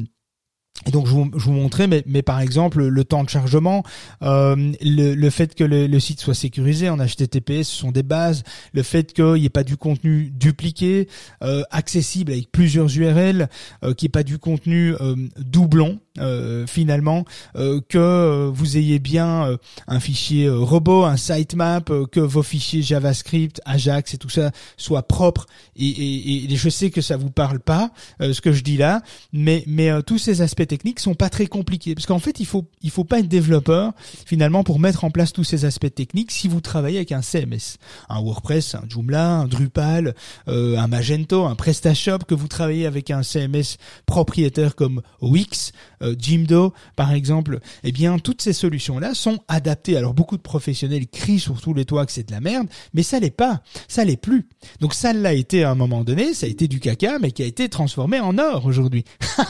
Et donc je vous, je vous montrais, mais, mais par exemple le temps de chargement, euh, le, le fait que le, le site soit sécurisé en H T T P S, ce sont des bases. Le fait qu'il n'y ait pas du contenu dupliqué, euh, accessible avec plusieurs U R L, euh, qu'il n'y ait pas du contenu euh, doublon. Euh, finalement, euh, que euh, vous ayez bien euh, un fichier euh, robot, un sitemap, euh, que vos fichiers JavaScript, Ajax et tout ça soient propres. Et, et, et je sais que ça vous parle pas euh, ce que je dis là, mais mais euh, tous ces aspects techniques sont pas très compliqués parce qu'en fait il faut il faut pas être développeur finalement pour mettre en place tous ces aspects techniques si vous travaillez avec un C M S, un WordPress, un Joomla, un Drupal, euh, un Magento, un PrestaShop, que vous travaillez avec un C M S propriétaire comme Wix, euh, Jimdo par exemple. Eh bien toutes ces solutions là sont adaptées. Alors beaucoup de professionnels crient sur tous les toits que c'est de la merde, mais ça l'est pas, ça l'est plus. Donc ça l'a été à un moment donné, ça a été du caca mais qui a été transformé en or aujourd'hui.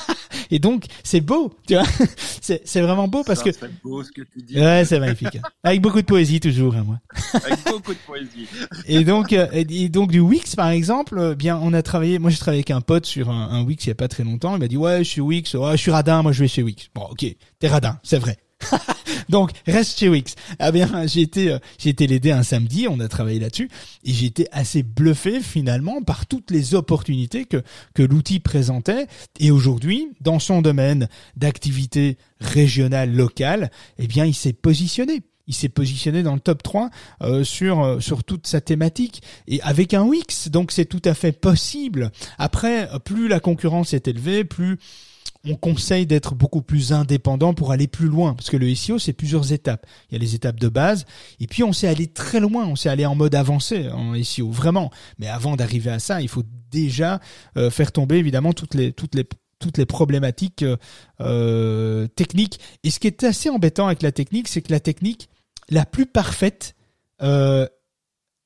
Et donc c'est beau, tu vois. C'est c'est vraiment beau parce ça, que c'est beau ce que tu dis. Ouais, c'est magnifique. Avec beaucoup de poésie toujours, hein, moi. Avec beaucoup de poésie. Et donc euh, et donc du Wix par exemple, euh, bien on a travaillé, moi j'ai travaillé avec un pote sur un, un Wix il y a pas très longtemps, il m'a dit "Ouais, je suis Wix, ouais, je suis radin, moi je vais chez Wix." Bon, OK, t'es radin, c'est vrai. Donc reste chez Wix. Ah bien, j'ai été euh, j'ai été l'aider un samedi, on a travaillé là-dessus et j'ai été assez bluffé finalement par toutes les opportunités que que l'outil présentait. Et aujourd'hui, dans son domaine d'activité régionale locale, eh bien, il s'est positionné. Il s'est positionné dans le top trois euh, sur euh, sur toute sa thématique et avec un Wix. Donc c'est tout à fait possible. Après, plus la concurrence est élevée, plus on conseille d'être beaucoup plus indépendant pour aller plus loin, parce que le S E O, c'est plusieurs étapes. Il y a les étapes de base, et puis on sait aller très loin, on sait aller en mode avancé en S E O, vraiment. Mais avant d'arriver à ça, il faut déjà euh, faire tomber évidemment toutes les toutes les toutes les problématiques euh, techniques. Et ce qui est assez embêtant avec la technique, c'est que la technique la plus parfaite, euh,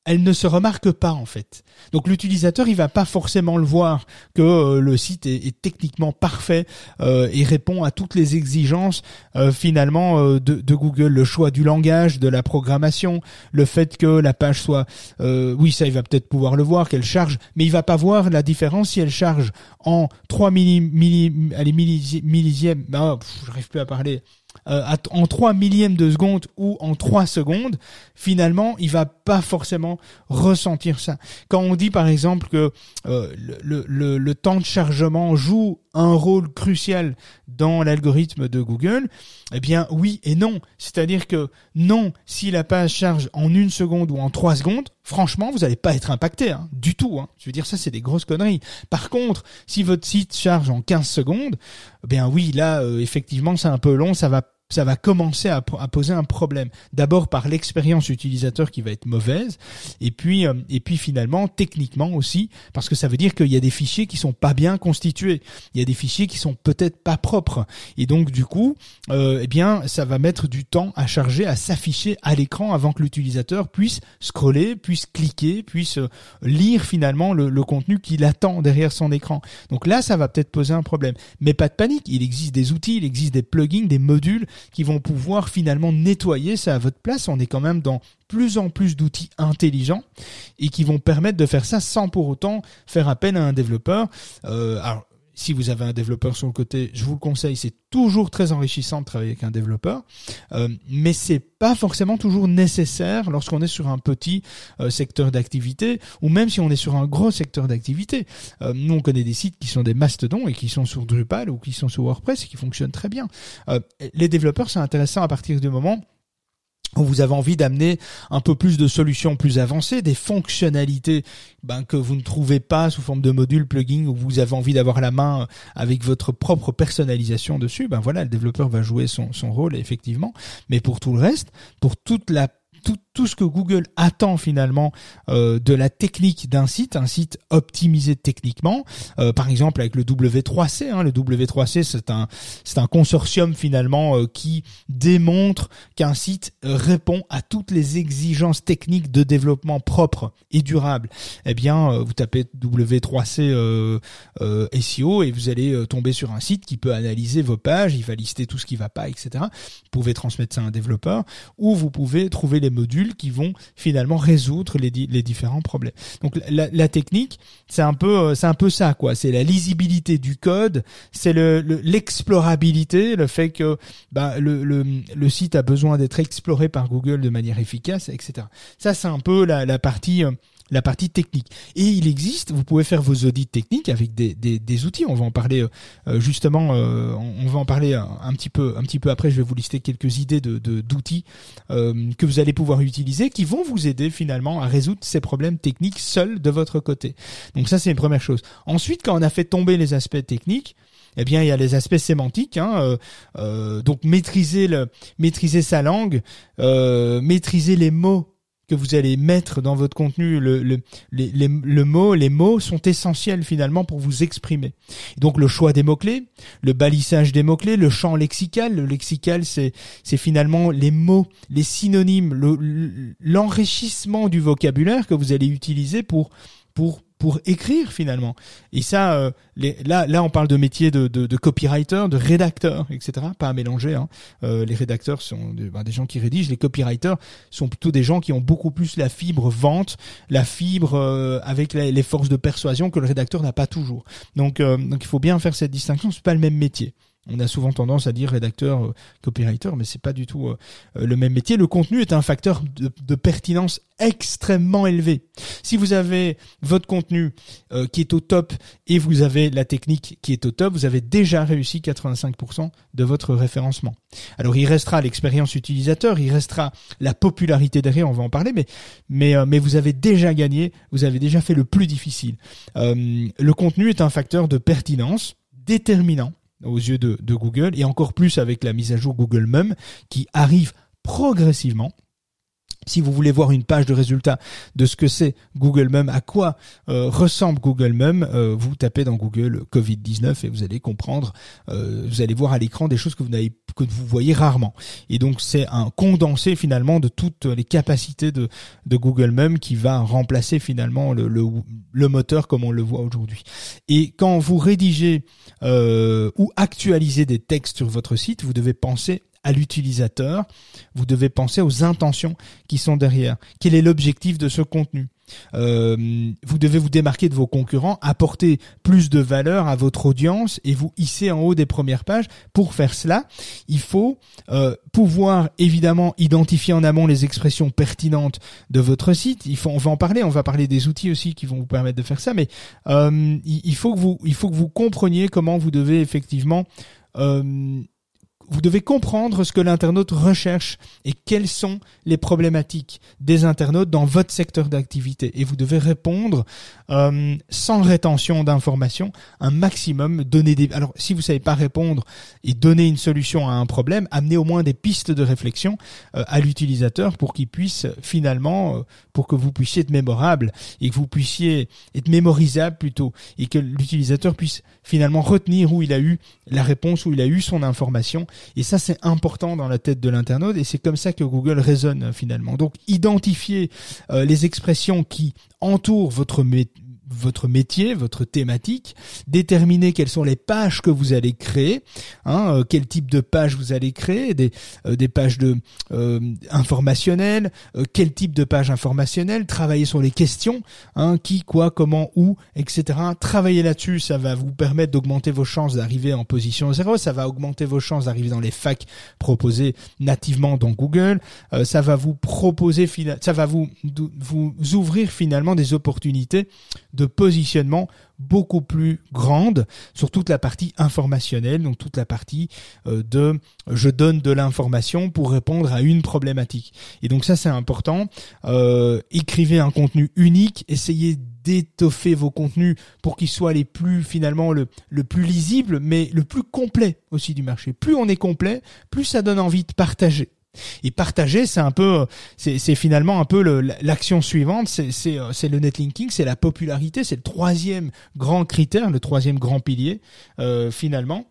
elle ne se remarque pas en fait. Donc l'utilisateur, il va pas forcément le voir que euh, le site est, est techniquement parfait euh, et répond à toutes les exigences euh, finalement euh, de, de Google, le choix du langage, de la programmation, le fait que la page soit, euh, oui ça il va peut-être pouvoir le voir, qu'elle charge, mais il va pas voir la différence si elle charge en trois milli, milli, allez, millisi, millisièmes, ah, pff, j'arrive plus à parler. Euh, en trois millièmes de seconde ou en trois secondes, finalement, il va pas forcément ressentir ça. Quand on dit par exemple que euh, le, le, le temps de chargement joue un rôle crucial dans l'algorithme de Google, eh bien oui et non. C'est-à-dire que non, si la page charge en une seconde ou en trois secondes, franchement, vous n'allez pas être impacté hein, du tout. Hein. Je veux dire, ça, c'est des grosses conneries. Par contre, si votre site charge en quinze secondes, eh bien oui, là, euh, effectivement, c'est un peu long, ça va ça va commencer à, à poser un problème. D'abord par l'expérience utilisateur qui va être mauvaise, et puis euh, et puis finalement techniquement aussi, parce que ça veut dire qu'il y a des fichiers qui sont pas bien constitués, il y a des fichiers qui sont peut-être pas propres, et donc du coup, euh, eh bien ça va mettre du temps à charger, à s'afficher à l'écran avant que l'utilisateur puisse scroller, puisse cliquer, puisse euh, lire finalement le, le contenu qu'il attend derrière son écran. Donc là, ça va peut-être poser un problème, mais pas de panique. Il existe des outils, il existe des plugins, des modules qui vont pouvoir finalement nettoyer ça à votre place. On est quand même dans plus en plus d'outils intelligents et qui vont permettre de faire ça sans pour autant faire appel à un développeur. Euh, alors, si vous avez un développeur sur le côté, je vous le conseille, c'est toujours très enrichissant de travailler avec un développeur, euh, mais c'est pas forcément toujours nécessaire lorsqu'on est sur un petit euh, secteur d'activité, ou même si on est sur un gros secteur d'activité. Euh, nous, on connaît des sites qui sont des mastodons et qui sont sur Drupal ou qui sont sur WordPress et qui fonctionnent très bien. Euh, les développeurs, c'est intéressant à partir du moment où vous avez envie d'amener un peu plus de solutions plus avancées, des fonctionnalités ben, que vous ne trouvez pas sous forme de modules, plugins, où vous avez envie d'avoir la main avec votre propre personnalisation dessus, ben voilà, le développeur va jouer son, son rôle, effectivement. Mais pour tout le reste, pour toute la Tout, tout ce que Google attend finalement euh, de la technique d'un site, un site optimisé techniquement, euh, par exemple avec le W trois C. Hein, le W trois C, c'est un c'est un consortium finalement euh, qui démontre qu'un site répond à toutes les exigences techniques de développement propre et durable. Eh bien, euh, vous tapez W trois C euh, euh, S E O et vous allez euh, tomber sur un site qui peut analyser vos pages, il va lister tout ce qui va pas, et cetera. Vous pouvez transmettre ça à un développeur, ou vous pouvez trouver les modules qui vont finalement résoudre les, les différents problèmes. Donc la, la technique, c'est un peu, c'est un peu ça quoi. C'est la lisibilité du code, c'est le, le l'explorabilité, le fait que bah le, le le site a besoin d'être exploré par Google de manière efficace, et cetera. Ça c'est un peu la, la partie. Euh, la partie technique. Et il existe, vous pouvez faire vos audits techniques avec des, des, des outils. On va en parler euh, justement, euh, on va en parler un, un petit peu, un petit peu après. Je vais vous lister quelques idées de, de d'outils euh, que vous allez pouvoir utiliser, qui vont vous aider finalement à résoudre ces problèmes techniques seuls de votre côté. Donc ça, c'est une première chose. Ensuite, quand on a fait tomber les aspects techniques, eh bien, il y a les aspects sémantiques. Hein, euh, euh, donc maîtriser le, maîtriser sa langue, euh, maîtriser les mots que vous allez mettre dans votre contenu, le, le, les, les, le mot, les mots sont essentiels finalement pour vous exprimer. Donc le choix des mots-clés, le balisage des mots-clés, le champ lexical. Le lexical, c'est, c'est finalement les mots, les synonymes, le, l'enrichissement du vocabulaire que vous allez utiliser pour, pour, pour écrire finalement. Et ça, euh, les, là, là, on parle de métier de, de, de copywriter, de rédacteur, et cetera. Pas à mélanger. Hein. Euh, les rédacteurs sont de, ben, des gens qui rédigent. Les copywriters sont plutôt des gens qui ont beaucoup plus la fibre vente, la fibre euh, avec les, les forces de persuasion que le rédacteur n'a pas toujours. Donc, euh, donc, il faut bien faire cette distinction. C'est pas le même métier. On a souvent tendance à dire rédacteur, euh, copywriter, mais c'est pas du tout euh, le même métier. Le contenu est un facteur de, de pertinence extrêmement élevé. Si vous avez votre contenu euh, qui est au top et vous avez la technique qui est au top, vous avez déjà réussi quatre-vingt-cinq pour cent de votre référencement. Alors il restera l'expérience utilisateur, il restera la popularité derrière, on va en parler, mais mais euh, mais vous avez déjà gagné, vous avez déjà fait le plus difficile. Euh, le contenu est un facteur de pertinence déterminant aux yeux de, de Google, et encore plus avec la mise à jour Google Mum qui arrive progressivement. Si vous voulez voir une page de résultats de ce que c'est Google Mum, à quoi euh, ressemble Google Mum, euh, vous tapez dans Google covid dix-neuf et vous allez comprendre, euh, vous allez voir à l'écran des choses que vous n'avez que vous voyez rarement. Et donc c'est un condensé finalement de toutes les capacités de, de Google Mum qui va remplacer finalement le, le, le moteur comme on le voit aujourd'hui. Et quand vous rédigez euh, ou actualisez des textes sur votre site, vous devez penser à l'utilisateur, vous devez penser aux intentions qui sont derrière. Quel est l'objectif de ce contenu ? Euh, vous devez vous démarquer de vos concurrents, apporter plus de valeur à votre audience et vous hisser en haut des premières pages. Pour faire cela, il faut euh, pouvoir évidemment identifier en amont les expressions pertinentes de votre site. Il faut, on va en parler, on va parler des outils aussi qui vont vous permettre de faire ça, mais euh, il faut que vous, il faut que vous compreniez comment vous devez effectivement euh, Vous devez comprendre ce que l'internaute recherche et quelles sont les problématiques des internautes dans votre secteur d'activité. Et vous devez répondre euh, sans rétention d'informations, un maximum, donner des... Alors, si vous savez pas répondre et donner une solution à un problème, amenez au moins des pistes de réflexion euh, à l'utilisateur pour qu'il puisse finalement, euh, pour que vous puissiez être mémorable et que vous puissiez être mémorisable plutôt et que l'utilisateur puisse finalement retenir où il a eu la réponse, où il a eu son information. Et ça, c'est important dans la tête de l'internaute et c'est comme ça que Google raisonne finalement. Donc, identifiez euh, les expressions qui entourent votre mé- votre métier, votre thématique, déterminez quelles sont les pages que vous allez créer, hein, euh, quel type de page vous allez créer, des, euh, des pages de euh, informationnelles, euh, quel type de page informationnelle, travaillez sur les questions, hein, qui, quoi, comment, où, et cetera. Travaillez là-dessus, ça va vous permettre d'augmenter vos chances d'arriver en position zéro, ça va augmenter vos chances d'arriver dans les facs proposés nativement dans Google, euh, ça va vous proposer, ça va vous, vous ouvrir finalement des opportunités de positionnement beaucoup plus grande sur toute la partie informationnelle, donc toute la partie euh, de je donne de l'information pour répondre à une problématique. Et donc ça c'est important. Euh, écrivez un contenu unique, essayez d'étoffer vos contenus pour qu'ils soient les plus finalement le, le plus lisible, mais le plus complet aussi du marché. Plus on est complet, plus ça donne envie de partager. Et partager, c'est un peu, c'est, c'est finalement un peu le, l'action suivante, c'est, c'est, c'est le netlinking, c'est la popularité, c'est le troisième grand critère, le troisième grand pilier euh, finalement.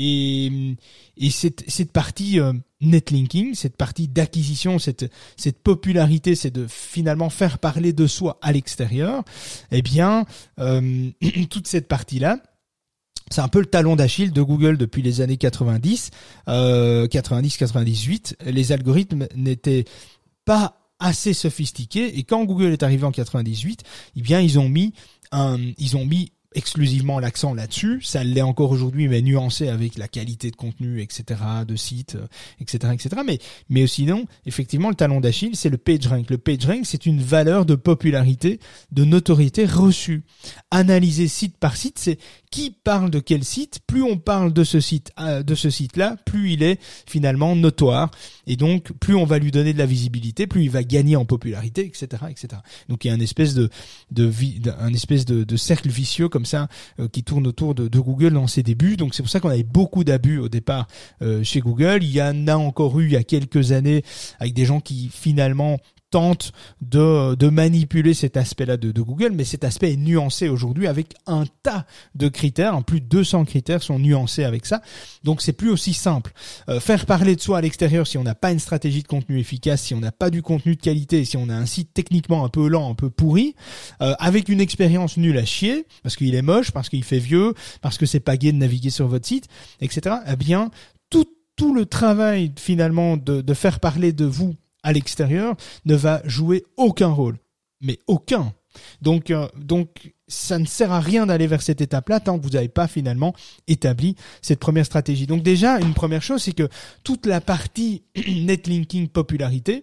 Et, et cette, cette partie euh, netlinking, cette partie d'acquisition, cette, cette popularité, c'est de finalement faire parler de soi à l'extérieur. Eh bien, euh, toute cette partie-là. C'est un peu le talon d'Achille de Google depuis les années quatre-vingt-dix, euh, quatre-vingt-dix quatre-vingt-dix-huit. Les algorithmes n'étaient pas assez sophistiqués et quand Google est arrivé en quatre-vingt-dix-huit, eh bien ils ont mis un, ils ont mis exclusivement l'accent là-dessus. Ça l'est encore aujourd'hui, mais nuancé avec la qualité de contenu, et cetera, de sites, et cetera, et cetera. Mais, mais sinon, effectivement, le talon d'Achille, c'est le PageRank. Le PageRank, c'est une valeur de popularité, de notoriété reçue. Analyser site par site, c'est qui parle de quel site. Plus on parle de ce site, de ce site-là, plus il est finalement notoire. Et donc, plus on va lui donner de la visibilité, plus il va gagner en popularité, et cetera, et cetera. Donc, il y a une espèce de, de, de un espèce de, de cercle vicieux comme ça euh, qui tourne autour de, de Google dans ses débuts. Donc, c'est pour ça qu'on avait beaucoup d'abus au départ euh, chez Google. Il y en a encore eu il y a quelques années avec des gens qui finalement tente de de manipuler cet aspect-là de, de Google, mais cet aspect est nuancé aujourd'hui avec un tas de critères, en plus de deux cents critères sont nuancés avec ça, donc c'est plus aussi simple. Euh, faire parler de soi à l'extérieur si on n'a pas une stratégie de contenu efficace, si on n'a pas du contenu de qualité, si on a un site techniquement un peu lent, un peu pourri, euh, avec une expérience nulle à chier, parce qu'il est moche, parce qu'il fait vieux, parce que c'est pas gai de naviguer sur votre site, et cetera, eh bien, tout tout le travail finalement de, de faire parler de vous à l'extérieur ne va jouer aucun rôle, mais aucun. Donc, euh, donc, ça ne sert à rien d'aller vers cette étape-là tant que vous n'avez pas finalement établi cette première stratégie. Donc déjà, une première chose, c'est que toute la partie netlinking popularité,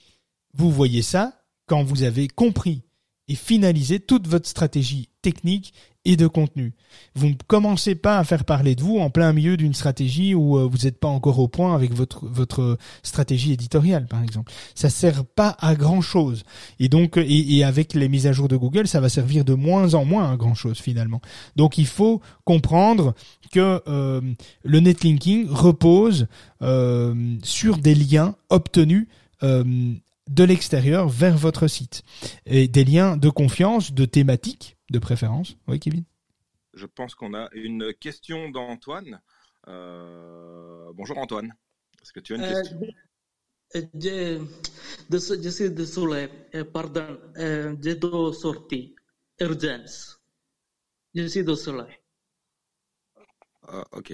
vous voyez ça quand vous avez compris et finalisé toute votre stratégie technique et de contenu. Vous ne commencez pas à faire parler de vous en plein milieu d'une stratégie où vous n'êtes pas encore au point avec votre votre stratégie éditoriale, par exemple. Ça sert pas à grand chose. Et donc, et, et avec les mises à jour de Google, ça va servir de moins en moins à grand chose finalement. Donc, il faut comprendre que euh, le netlinking repose euh, sur des liens obtenus euh, de l'extérieur vers votre site. Et des liens de confiance, de thématiques, de préférence. Oui, Kevin? Je pense qu'on a une question d'Antoine. Euh... Bonjour Antoine. Est-ce que tu as une question? Euh, je, je, je suis désolé, euh, pardon, euh, j'ai deux sorties, urgence. Je suis désolé. Uh, ok.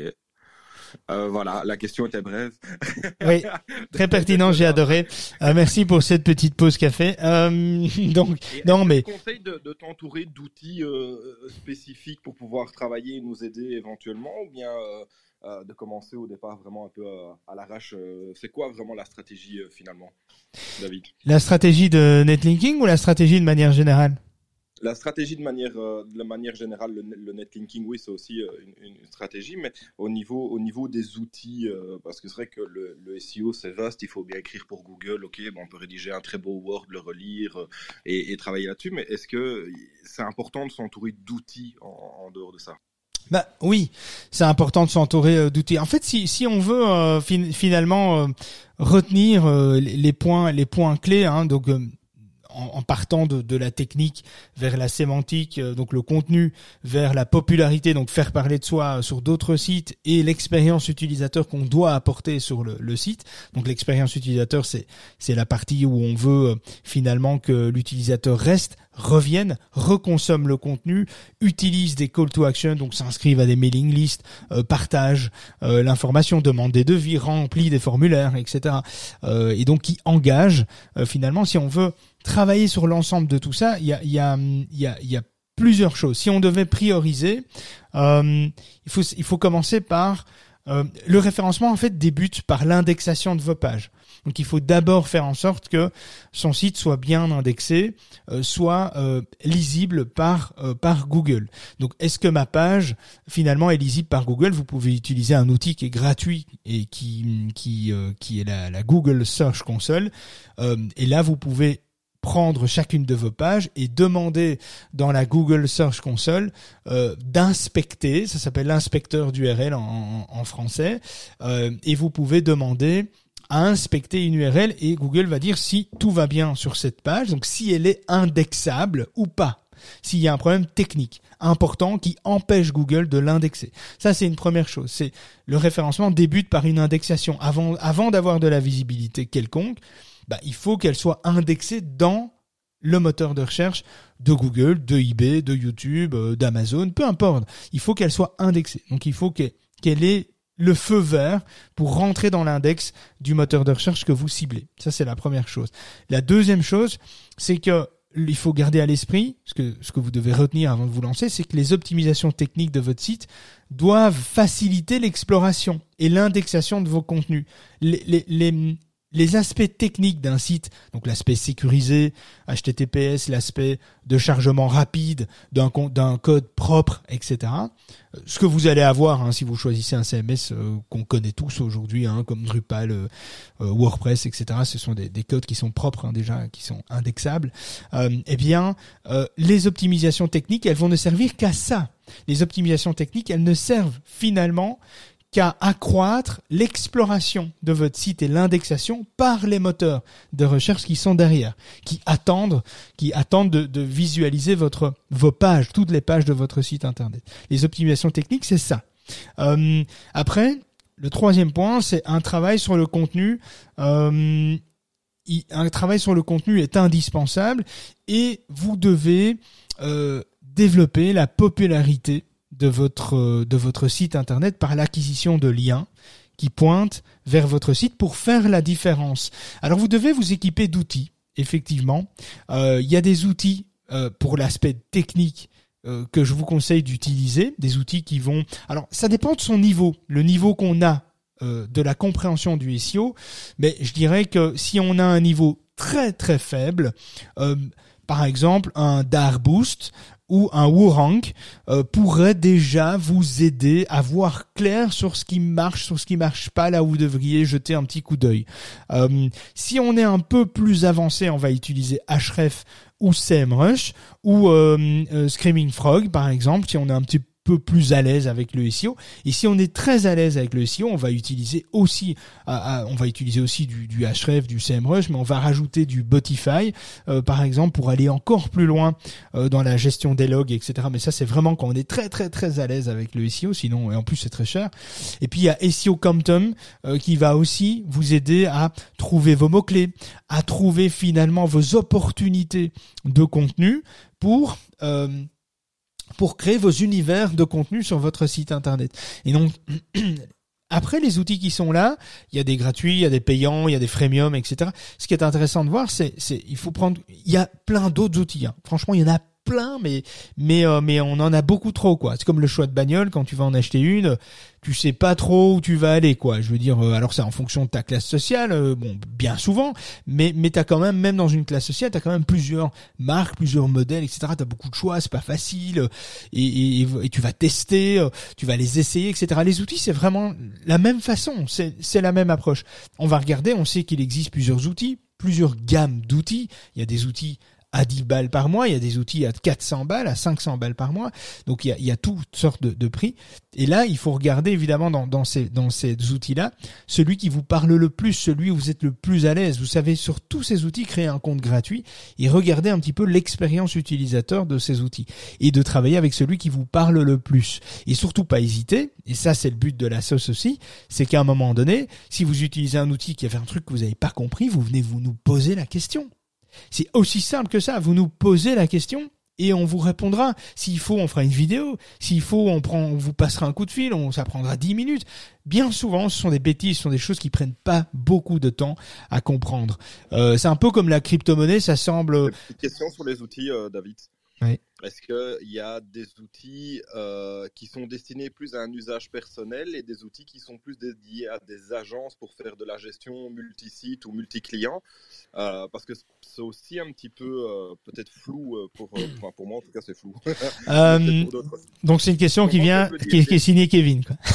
Euh, voilà, la question était brève. Oui, très pertinent, j'ai adoré. Euh, merci pour cette petite pause café. Euh, donc, non, mais. Je te conseille de, de t'entourer d'outils euh, spécifiques pour pouvoir travailler et nous aider éventuellement, ou bien euh, euh, de commencer au départ vraiment un peu euh, à l'arrache. Euh, c'est quoi vraiment la stratégie euh, finalement, David? La stratégie de netlinking ou la stratégie de manière générale? La stratégie de manière, euh, de manière générale, le, le netlinking, oui, c'est aussi euh, une, une stratégie, mais au niveau, au niveau des outils, euh, parce que c'est vrai que le, le S E O, c'est vaste, il faut bien écrire pour Google, ok, bon, on peut rédiger un très beau Word, le relire euh, et, et travailler là-dessus, mais est-ce que c'est important de s'entourer d'outils en, en dehors de ça? Bah oui, c'est important de s'entourer euh, d'outils. En fait, si si on veut euh, fin, finalement euh, retenir euh, les points les points clés, hein, donc euh, en partant de, de la technique vers la sémantique, donc le contenu vers la popularité, donc faire parler de soi sur d'autres sites, et l'expérience utilisateur qu'on doit apporter sur le, le site. Donc l'expérience utilisateur, c'est c'est la partie où on veut euh, finalement que l'utilisateur reste, revienne, reconsomme le contenu, utilise des call to action, donc s'inscrive à des mailing lists, euh, partage euh, l'information, demande des devis, remplit des formulaires, et cetera. Euh, et donc qui engage euh, finalement, si on veut travailler sur l'ensemble de tout ça, il y a, il y a, il y a, il y a plusieurs choses. Si on devait prioriser, euh, il faut, il faut commencer par euh, le référencement. En fait, débute par l'indexation de vos pages. Donc, il faut d'abord faire en sorte que son site soit bien indexé, euh, soit euh, lisible par euh, par Google. Donc, est-ce que ma page finalement est lisible par Google? Vous pouvez utiliser un outil qui est gratuit et qui qui euh, qui est la, la Google Search Console. Euh, et là, vous pouvez prendre chacune de vos pages et demander dans la Google Search Console euh, d'inspecter, ça s'appelle l'inspecteur d'U R L en, en, en français, euh, et vous pouvez demander à inspecter une U R L et Google va dire si tout va bien sur cette page, donc si elle est indexable ou pas, s'il y a un problème technique important qui empêche Google de l'indexer. Ça, c'est une première chose. C'est le référencement débute par une indexation. Avant, avant d'avoir de la visibilité quelconque, bah, il faut qu'elle soit indexée dans le moteur de recherche de Google, de eBay, de YouTube, euh, d'Amazon, peu importe. Il faut qu'elle soit indexée. Donc, il faut qu'elle, qu'elle ait le feu vert pour rentrer dans l'index du moteur de recherche que vous ciblez. Ça, c'est la première chose. La deuxième chose, c'est que il faut garder à l'esprit, ce que, ce que vous devez retenir avant de vous lancer, c'est que les optimisations techniques de votre site doivent faciliter l'exploration et l'indexation de vos contenus. Les, les, les, les aspects techniques d'un site, donc l'aspect sécurisé, H T T P S, l'aspect de chargement rapide d'un, d'un code propre, et cetera. Ce que vous allez avoir hein, si vous choisissez un C M S euh, qu'on connaît tous aujourd'hui, hein, comme Drupal, euh, euh, WordPress, et cetera. Ce sont des, des codes qui sont propres hein, déjà, qui sont indexables. Euh, eh bien, euh, les optimisations techniques, elles vont ne servir qu'à ça. Les optimisations techniques, elles ne servent finalement qu'à accroître l'exploration de votre site et l'indexation par les moteurs de recherche qui sont derrière, qui attendent, qui attendent de, de visualiser votre, vos pages, toutes les pages de votre site internet. Les optimisations techniques, c'est ça. Euh, après, le troisième point, c'est un travail sur le contenu. Euh, un travail sur le contenu est indispensable et vous devez euh, développer la popularité de votre de votre site internet par l'acquisition de liens qui pointent vers votre site pour faire la différence. Alors vous devez vous équiper d'outils, effectivement. Euh, il y a des outils euh, pour l'aspect technique euh, que je vous conseille d'utiliser, des outils qui vont... Alors ça dépend de son niveau, le niveau qu'on a euh, de la compréhension du S E O, mais je dirais que si on a un niveau très très faible, euh, par exemple un Darboost ou un WooRank euh, pourrait déjà vous aider à voir clair sur ce qui marche, sur ce qui marche pas, là où vous devriez jeter un petit coup d'œil. Euh, si on est un peu plus avancé, on va utiliser Ahrefs ou SEMrush ou euh, euh, Screaming Frog par exemple, si on est un petit peu plus à l'aise avec le S E O. Et si on est très à l'aise avec le S E O, on va utiliser aussi, à, à, on va utiliser aussi du, du Ahrefs, du SEMrush, mais on va rajouter du Botify, euh, par exemple, pour aller encore plus loin euh, dans la gestion des logs, et cetera. Mais ça, c'est vraiment quand on est très très très à l'aise avec le S E O. Sinon, et en plus, c'est très cher. Et puis il y a S E O Comptom euh, qui va aussi vous aider à trouver vos mots-clés, à trouver finalement vos opportunités de contenu pour euh, pour créer vos univers de contenu sur votre site internet. Et donc, après les outils qui sont là, il y a des gratuits, il y a des payants, il y a des freemium, et cetera. Ce qui est intéressant de voir, c'est, c'est, il faut prendre, il y a plein d'autres outils. Hein. Franchement, il y en a plein, mais mais euh, mais on en a beaucoup trop, quoi. C'est comme le choix de bagnole, quand tu vas en acheter une, tu sais pas trop où tu vas aller, quoi. Je veux dire, euh, alors c'est en fonction de ta classe sociale, euh, bon, bien souvent, mais mais t'as quand même, même dans une classe sociale, t'as quand même plusieurs marques, plusieurs modèles, et cetera. T'as beaucoup de choix, c'est pas facile, et, et, et tu vas tester, euh, tu vas les essayer, et cetera. Les outils, c'est vraiment la même façon, c'est c'est la même approche. On va regarder, on sait qu'il existe plusieurs outils, plusieurs gammes d'outils. Il y a des outils à dix balles par mois, il y a des outils à quatre cents balles, à cinq cents balles par mois. Donc il y a, il y a toutes sortes de, de prix. Et là, il faut regarder évidemment dans, dans ces, dans ces outils-là, celui qui vous parle le plus, celui où vous êtes le plus à l'aise. Vous savez, sur tous ces outils, créer un compte gratuit et regarder un petit peu l'expérience utilisateur de ces outils et de travailler avec celui qui vous parle le plus. Et surtout pas hésiter, et ça c'est le but de la sauce aussi, c'est qu'à un moment donné, si vous utilisez un outil qui a fait un truc que vous n'avez pas compris, vous venez vous nous poser la question. C'est aussi simple que ça. Vous nous posez la question et on vous répondra. S'il faut, on fera une vidéo. S'il faut, on prend, on vous passera un coup de fil. On, ça prendra dix minutes. Bien souvent, ce sont des bêtises, ce sont des choses qui prennent pas beaucoup de temps à comprendre. Euh, c'est un peu comme la crypto-monnaie, ça semble... Petite question sur les outils, euh, David. Oui. Est-ce qu'il y a des outils euh, qui sont destinés plus à un usage personnel et des outils qui sont plus dédiés à des agences pour faire de la gestion multi-site ou multi-client euh, parce que c'est aussi un petit peu euh, peut-être flou euh, pour, euh, enfin, pour moi en tout cas c'est flou. euh, donc c'est une question qui vient, qui, qui est signée Kevin, quoi.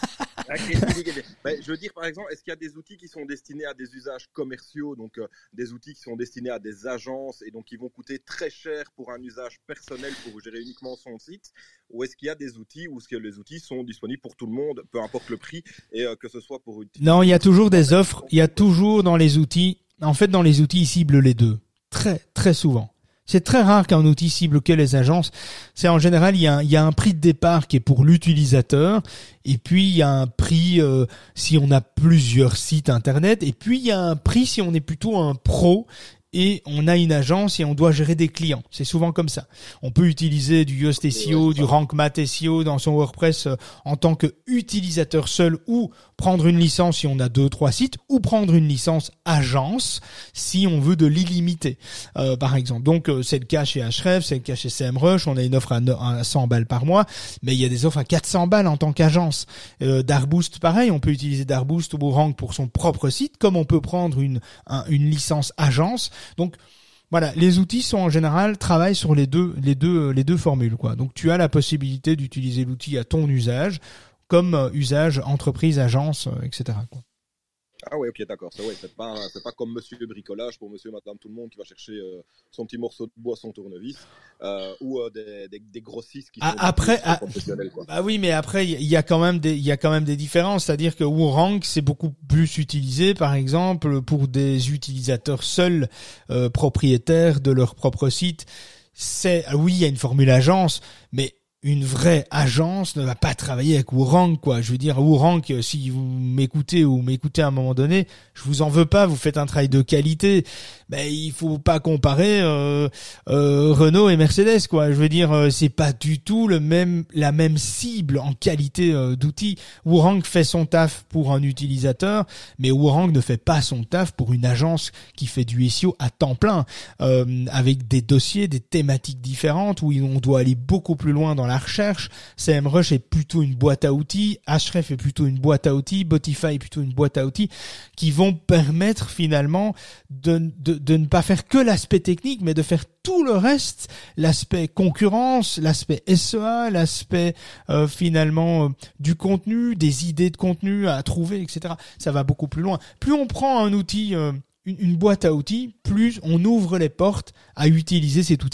Ben, je veux dire, par exemple, est-ce qu'il y a des outils qui sont destinés à des usages commerciaux, donc euh, des outils qui sont destinés à des agences et donc qui vont coûter très cher pour un usage personnel pour gérer uniquement son site, ou est-ce qu'il y a des outils où est-ce que les outils sont disponibles pour tout le monde, peu importe le prix, et euh, que ce soit pour une... Non, il y a toujours des offres, il y a toujours dans les outils, en fait dans les outils, ils ciblent les deux, très très souvent. C'est très rare qu'un outil cible que les agences. C'est en général, il y a un, il y a un prix de départ qui est pour l'utilisateur, et puis il y a un prix euh, si on a plusieurs sites internet, et puis il y a un prix si on est plutôt un pro et on a une agence et on doit gérer des clients. C'est souvent comme ça. On peut utiliser du Yoast S E O, du RankMath S E O dans son WordPress euh, en tant que utilisateur seul, ou prendre une licence si on a deux, trois sites, ou prendre une licence agence si on veut de l'illimité, euh, par exemple. Donc, euh, c'est le cas chez Ahrefs, c'est le cas chez SEMrush. On a une offre à, à cent balles par mois, mais il y a des offres à quatre cents balles en tant qu'agence. Euh, Darboost, pareil, on peut utiliser Darboost ou Rank pour son propre site, comme on peut prendre une, un, une licence agence. Donc, voilà, les outils sont en général travaillent sur les deux, les deux, les deux formules, quoi. Donc, tu as la possibilité d'utiliser l'outil à ton usage, comme euh, usage entreprise, agence, euh, et cetera, quoi. Ah ouais, ok, d'accord. C'est, ouais, c'est pas, c'est pas comme monsieur bricolage pour monsieur, madame, tout le monde qui va chercher euh, son petit morceau de bois, son tournevis, euh, ou euh, des, des, des grossistes qui sont ah, après, ah, professionnels, quoi. Ah oui, mais après, il y a quand même des, il y a quand même des différences. C'est-à-dire que WooRank, c'est beaucoup plus utilisé, par exemple, pour des utilisateurs seuls, euh, propriétaires de leur propre site. C'est, oui, il y a une formule agence, mais une vraie agence ne va pas travailler avec WooRank, quoi. Je veux dire, WooRank, si vous m'écoutez ou m'écoutez à un moment donné, je vous en veux pas, vous faites un travail de qualité, mais il faut pas comparer euh, euh, Renault et Mercedes, quoi. Je veux dire, euh, c'est pas du tout le même, la même cible en qualité euh, d'outils. WooRank fait son taf pour un utilisateur, mais WooRank ne fait pas son taf pour une agence qui fait du S E O à temps plein, euh, avec des dossiers, des thématiques différentes, où on doit aller beaucoup plus loin dans la recherche. SEMrush est plutôt une boîte à outils, Ahrefs est plutôt une boîte à outils, Botify est plutôt une boîte à outils, qui vont permettre finalement de, de, de ne pas faire que l'aspect technique, mais de faire tout le reste, l'aspect concurrence, l'aspect S E A, l'aspect euh, finalement euh, du contenu, des idées de contenu à trouver, et cetera. Ça va beaucoup plus loin. Plus on prend un outil, euh, une, une boîte à outils, plus on ouvre les portes à utiliser cet outil pour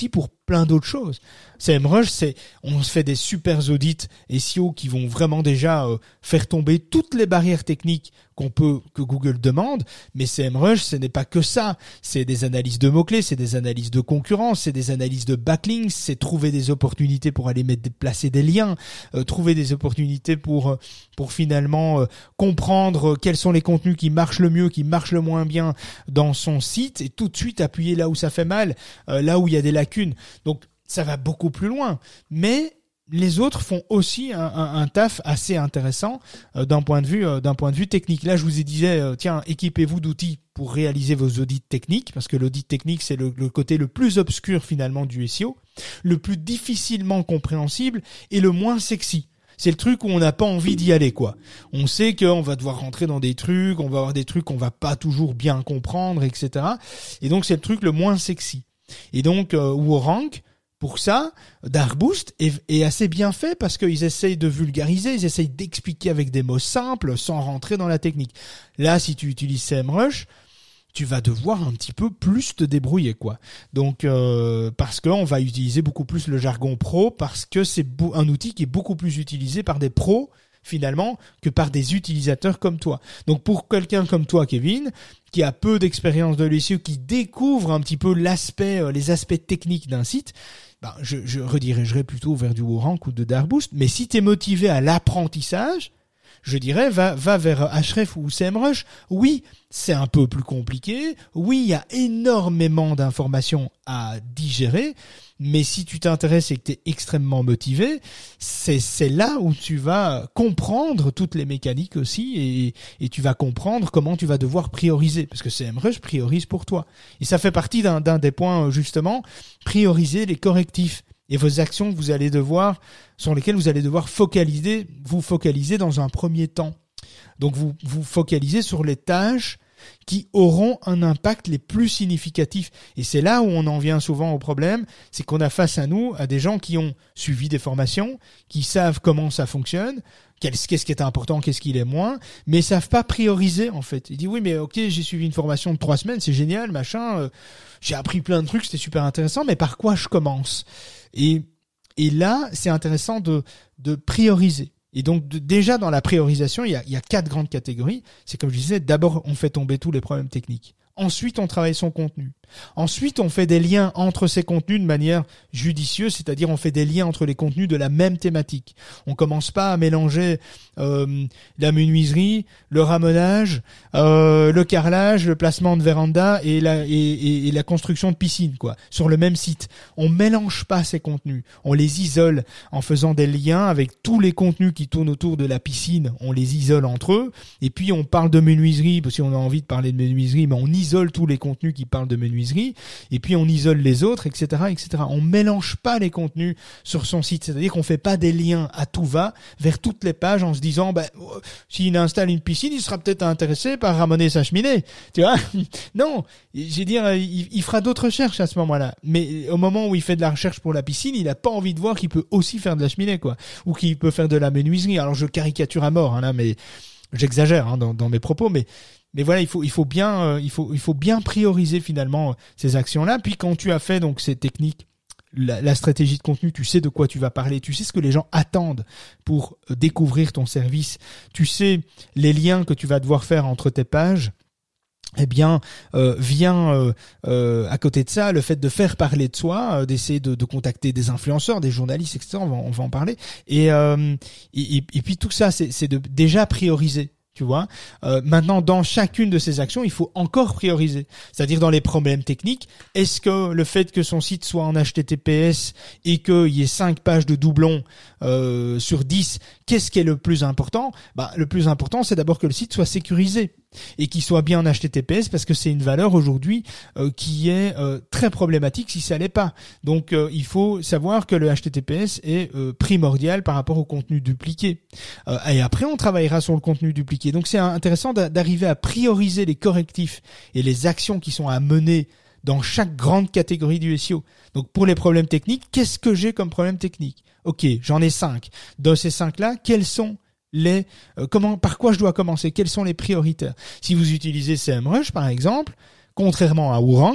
plein d'autres choses. SEMrush, c'est, on se fait des super audits S E O qui vont vraiment déjà euh, faire tomber toutes les barrières techniques qu'on peut, que Google demande. Mais SEMrush, ce n'est pas que ça. C'est des analyses de mots-clés, c'est des analyses de concurrence, c'est des analyses de backlinks, c'est trouver des opportunités pour aller mettre, placer des liens, euh, trouver des opportunités pour, pour finalement euh, comprendre quels sont les contenus qui marchent le mieux, qui marchent le moins bien dans son site et tout de suite appuyer là où ça fait mal, euh, là où il y a des lacunes. Donc, ça va beaucoup plus loin, mais les autres font aussi un, un, un taf assez intéressant euh, d'un point de vue euh, d'un point de vue technique. Là, je vous ai disais, euh, tiens, équipez-vous d'outils pour réaliser vos audits techniques, parce que l'audit technique, c'est le, le côté le plus obscur finalement du S E O, le plus difficilement compréhensible et le moins sexy. C'est le truc où on n'a pas envie d'y aller, quoi. On sait qu'on va devoir rentrer dans des trucs, on va avoir des trucs qu'on va pas toujours bien comprendre, et cetera. Et donc, c'est le truc le moins sexy. Et donc, euh, WooRank, pour ça, Darkboost est, est assez bien fait parce qu'ils essayent de vulgariser, ils essayent d'expliquer avec des mots simples sans rentrer dans la technique. Là, si tu utilises SEMrush, tu vas devoir un petit peu plus te débrouiller, quoi. Donc, euh, parce qu'on va utiliser beaucoup plus le jargon pro, parce que c'est bo- un outil qui est beaucoup plus utilisé par des pros, finalement, que par des utilisateurs comme toi. Donc, pour quelqu'un comme toi, Kevin, qui a peu d'expérience de l'S E O, qui découvre un petit peu l'aspect, euh, les aspects techniques d'un site, ben, je, je redirigerai plutôt vers du WooRank ou de Darkboost. Mais si tu es motivé à l'apprentissage, je dirais, va, va vers Ahrefs ou SEMrush. Oui, c'est un peu plus compliqué. Oui, il y a énormément d'informations à digérer. Mais si tu t'intéresses et que tu es extrêmement motivé, c'est, c'est là où tu vas comprendre toutes les mécaniques aussi et, et tu vas comprendre comment tu vas devoir prioriser. Parce que SEMrush priorise pour toi. Et ça fait partie d'un, d'un des points, justement, prioriser les correctifs. Et vos actions que vous allez devoir, sur lesquelles vous allez devoir focaliser, vous focaliser dans un premier temps. Donc vous vous focalisez sur les tâches qui auront un impact les plus significatifs. Et c'est là où on en vient souvent au problème, c'est qu'on a face à nous à des gens qui ont suivi des formations, qui savent comment ça fonctionne, qu'est-ce qui est important, qu'est-ce qui l'est moins, mais savent pas prioriser en fait. Ils disent oui mais ok, j'ai suivi une formation de trois semaines, c'est génial, machin, euh, j'ai appris plein de trucs, c'était super intéressant, mais par quoi je commence ? Et, et là, c'est intéressant de, de prioriser. Et donc, de, déjà dans la priorisation, il y a, il y a quatre grandes catégories. C'est comme je disais, d'abord, on fait tomber tous les problèmes techniques. Ensuite, on travaille son contenu. Ensuite, on fait des liens entre ces contenus de manière judicieuse, c'est-à-dire on fait des liens entre les contenus de la même thématique. On commence pas à mélanger euh, la menuiserie, le ramonage, euh, le carrelage, le placement de véranda et la, et, et, et la construction de piscine, quoi, sur le même site. On mélange pas ces contenus. On les isole en faisant des liens avec tous les contenus qui tournent autour de la piscine. On les isole entre eux. Et puis, on parle de menuiserie, parce qu'on a envie de parler de menuiserie, mais on isole tous les contenus qui parlent de menuiserie. Et puis on isole les autres, et cetera, et cetera. On mélange pas les contenus sur son site, c'est-à-dire qu'on fait pas des liens à tout va vers toutes les pages en se disant, bah, s'il installe une piscine, il sera peut-être intéressé par ramoner sa cheminée, tu vois. Non, je veux dire, il, il fera d'autres recherches à ce moment-là. Mais au moment où il fait de la recherche pour la piscine, il a pas envie de voir qu'il peut aussi faire de la cheminée, quoi, ou qu'il peut faire de la menuiserie. Alors je caricature à mort, hein, là, mais j'exagère hein, dans, dans mes propos, mais Mais voilà, il faut il faut bien euh, il faut il faut bien prioriser finalement ces actions-là. Puis quand tu as fait donc ces techniques, la, la stratégie de contenu, tu sais de quoi tu vas parler, tu sais ce que les gens attendent pour découvrir ton service, tu sais les liens que tu vas devoir faire entre tes pages. Eh bien, euh, vient euh, euh, à côté de ça le fait de faire parler de soi, euh, d'essayer de, de contacter des influenceurs, des journalistes, et cetera. On va, on va en parler. Et, euh, et, et, et puis tout ça, c'est, c'est de déjà prioriser. Tu vois, euh, maintenant dans chacune de ces actions, il faut encore prioriser. C'est-à-dire dans les problèmes techniques, est-ce que le fait que son site soit en H T T P S et qu'il y ait cinq pages de doublons euh, sur dix, qu'est-ce qui est le plus important ? Bah, le plus important, c'est d'abord que le site soit sécurisé et qu'il soit bien en H T T P S parce que c'est une valeur aujourd'hui euh, qui est euh, très problématique si ça l'est pas. Donc euh, il faut savoir que le H T T P S est euh, primordial par rapport au contenu dupliqué. Euh, et après on travaillera sur le contenu dupliqué. Donc c'est intéressant d'arriver à prioriser les correctifs et les actions qui sont à mener dans chaque grande catégorie du S E O. Donc pour les problèmes techniques, qu'est-ce que j'ai comme problème technique ? Ok, j'en ai cinq. Dans ces cinq-là, quels sont les euh, comment par quoi je dois commencer ? Quels sont les prioritaires ? Si vous utilisez SEMrush par exemple, contrairement à WooRank,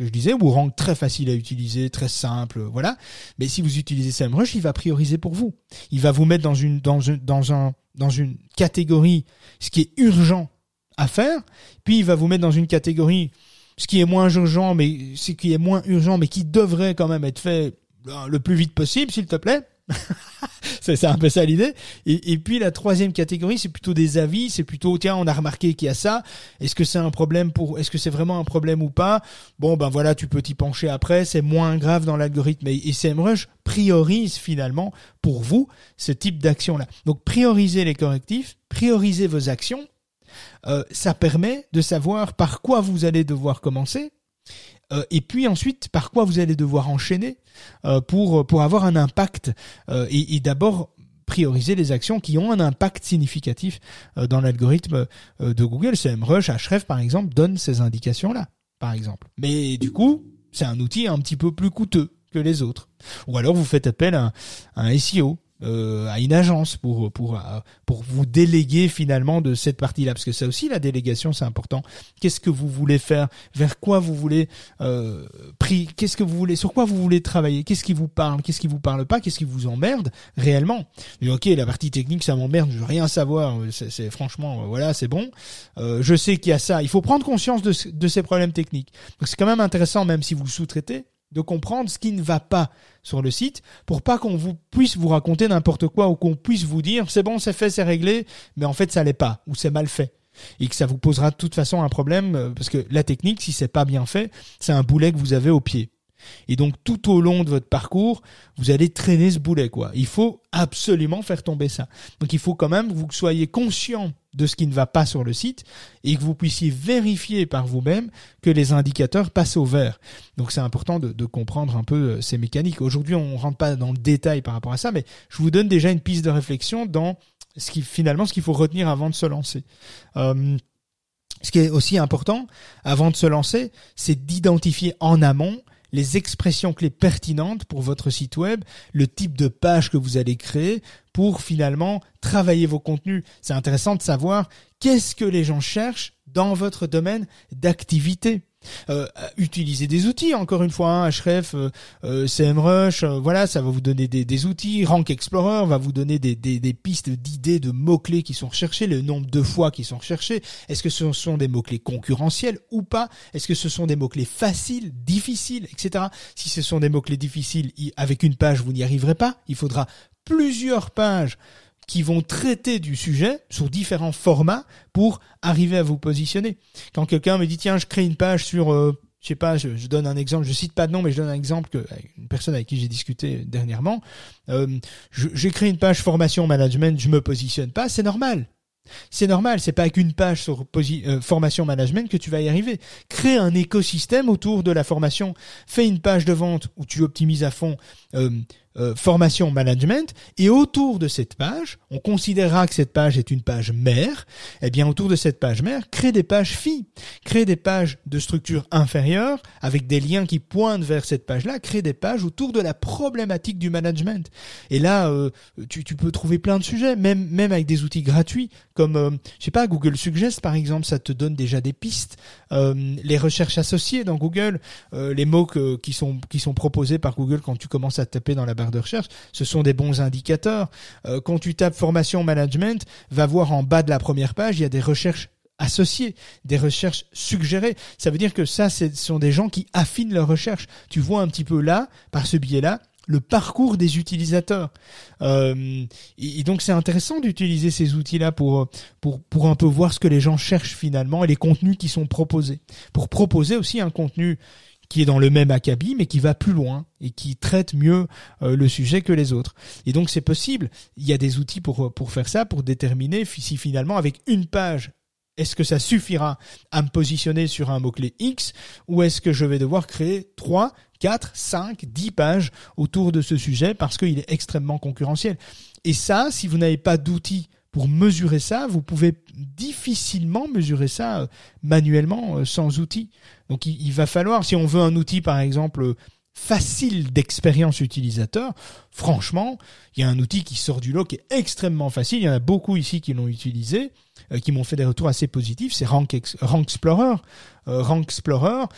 que je disais, ou Rank très facile à utiliser, très simple, voilà. Mais si vous utilisez SEMrush, il va prioriser pour vous. Il va vous mettre dans une dans une dans un dans une catégorie ce qui est urgent à faire, puis il va vous mettre dans une catégorie ce qui est moins urgent, mais ce qui est moins urgent, mais qui devrait quand même être fait le plus vite possible, s'il te plaît. c'est, c'est un peu ça l'idée. Et, et puis la troisième catégorie, c'est plutôt des avis, c'est plutôt tiens, on a remarqué qu'il y a ça. Est-ce que c'est un problème pour, est-ce que c'est vraiment un problème ou pas? Bon ben voilà, tu peux t'y pencher après, c'est moins grave dans l'algorithme. Et, et SEMrush priorise finalement pour vous ce type d'action-là. Donc priorisez les correctifs, priorisez vos actions. Euh, ça permet de savoir par quoi vous allez devoir commencer. Euh, et puis ensuite, par quoi vous allez devoir enchaîner euh, pour pour avoir un impact euh, et, et d'abord prioriser les actions qui ont un impact significatif euh, dans l'algorithme euh, de Google. SEMrush, Ahrefs par exemple, donne ces indications-là, par exemple. Mais du coup, c'est un outil un petit peu plus coûteux que les autres. Ou alors vous faites appel à un, à un S E O. Euh, à une agence pour pour pour vous déléguer finalement de cette partie-là, parce que ça aussi la délégation c'est important. Qu'est-ce que vous voulez faire, vers quoi vous voulez euh, pri- qu'est-ce que vous voulez, sur quoi vous voulez travailler, qu'est-ce qui vous parle, qu'est-ce qui vous parle pas, qu'est-ce qui vous emmerde réellement. Et ok, la partie technique ça m'emmerde, je veux rien savoir, c'est, c'est franchement voilà c'est bon. Euh, je sais qu'il y a ça, il faut prendre conscience de de ces problèmes techniques. Donc c'est quand même intéressant même si vous le sous-traitez, de comprendre ce qui ne va pas sur le site pour pas qu'on vous puisse vous raconter n'importe quoi ou qu'on puisse vous dire c'est bon, c'est fait, c'est réglé, mais en fait ça l'est pas ou c'est mal fait et que ça vous posera de toute façon un problème parce que la technique, si c'est pas bien fait, c'est un boulet que vous avez au pied. Et donc tout au long de votre parcours, vous allez traîner ce boulet quoi. Il faut absolument faire tomber ça. Donc il faut quand même que vous soyez conscient de ce qui ne va pas sur le site et que vous puissiez vérifier par vous-même que les indicateurs passent au vert. Donc c'est important de, de comprendre un peu ces mécaniques. Aujourd'hui, on rentre pas dans le détail par rapport à ça, mais je vous donne déjà une piste de réflexion dans ce qui finalement ce qu'il faut retenir avant de se lancer. Euh, ce qui est aussi important avant de se lancer, c'est d'identifier en amont les expressions clés pertinentes pour votre site web, le type de page que vous allez créer pour finalement travailler vos contenus. C'est intéressant de savoir qu'est-ce que les gens cherchent dans votre domaine d'activité. Euh, utilisez des outils, encore une fois, hein, Ahrefs, euh, euh, SEMrush, euh, voilà, ça va vous donner des, des outils. Rank Explorer va vous donner des, des, des pistes d'idées, de mots-clés qui sont recherchés, le nombre de fois qui sont recherchés. Est-ce que ce sont des mots-clés concurrentiels ou pas? Est-ce que ce sont des mots-clés faciles, difficiles, et cetera. Si ce sont des mots-clés difficiles, avec une page, vous n'y arriverez pas. Il faudra plusieurs pages qui vont traiter du sujet sur différents formats pour arriver à vous positionner. Quand quelqu'un me dit tiens, je crée une page sur euh, je sais pas, je, je donne un exemple, je cite pas de nom mais je donne un exemple que une personne avec qui j'ai discuté dernièrement, euh, je, j'ai créé une page formation management, je me positionne pas, c'est normal. C'est normal, c'est pas qu'une page sur posi- euh, formation management que tu vas y arriver. Crée un écosystème autour de la formation, fais une page de vente où tu optimises à fond euh, euh, formation management et autour de cette page, on considérera que cette page est une page mère, et bien autour de cette page mère, crée des pages filles, crée des pages de structure inférieure avec des liens qui pointent vers cette page-là, crée des pages autour de la problématique du management. Et là, euh, tu, tu peux trouver plein de sujets, même même avec des outils gratuits comme euh, je sais pas, Google Suggest par exemple, ça te donne déjà des pistes. Euh, les recherches associées dans Google, euh, les mots que, qui sont qui sont proposés par Google quand tu commences à taper dans la barre de recherche, ce sont des bons indicateurs. Euh, quand tu tapes formation management, va voir en bas de la première page, il y a des recherches associées, des recherches suggérées. Ça veut dire que ça, ce sont des gens qui affinent leurs recherches. Tu vois un petit peu là, par ce biais-là, le parcours des utilisateurs. Euh, et, et donc c'est intéressant d'utiliser ces outils-là pour pour pour un peu voir ce que les gens cherchent finalement et les contenus qui sont proposés. Pour proposer aussi un contenu qui est dans le même acabit mais qui va plus loin et qui traite mieux euh, le sujet que les autres. Et donc c'est possible. Il y a des outils pour pour faire ça, pour déterminer si finalement avec une page est-ce que ça suffira à me positionner sur un mot-clé X ou est-ce que je vais devoir créer trois, quatre, cinq, dix pages autour de ce sujet parce qu'il est extrêmement concurrentiel. Et ça, si vous n'avez pas d'outils pour mesurer ça, vous pouvez difficilement mesurer ça manuellement sans outils. Donc il, il va falloir, si on veut un outil par exemple facile d'expérience utilisateur, franchement, il y a un outil qui sort du lot qui est extrêmement facile. Il y en a beaucoup ici qui l'ont utilisé, euh, qui m'ont fait des retours assez positifs. C'est Rank, Rank Explorer. Euh, Rank Explorer,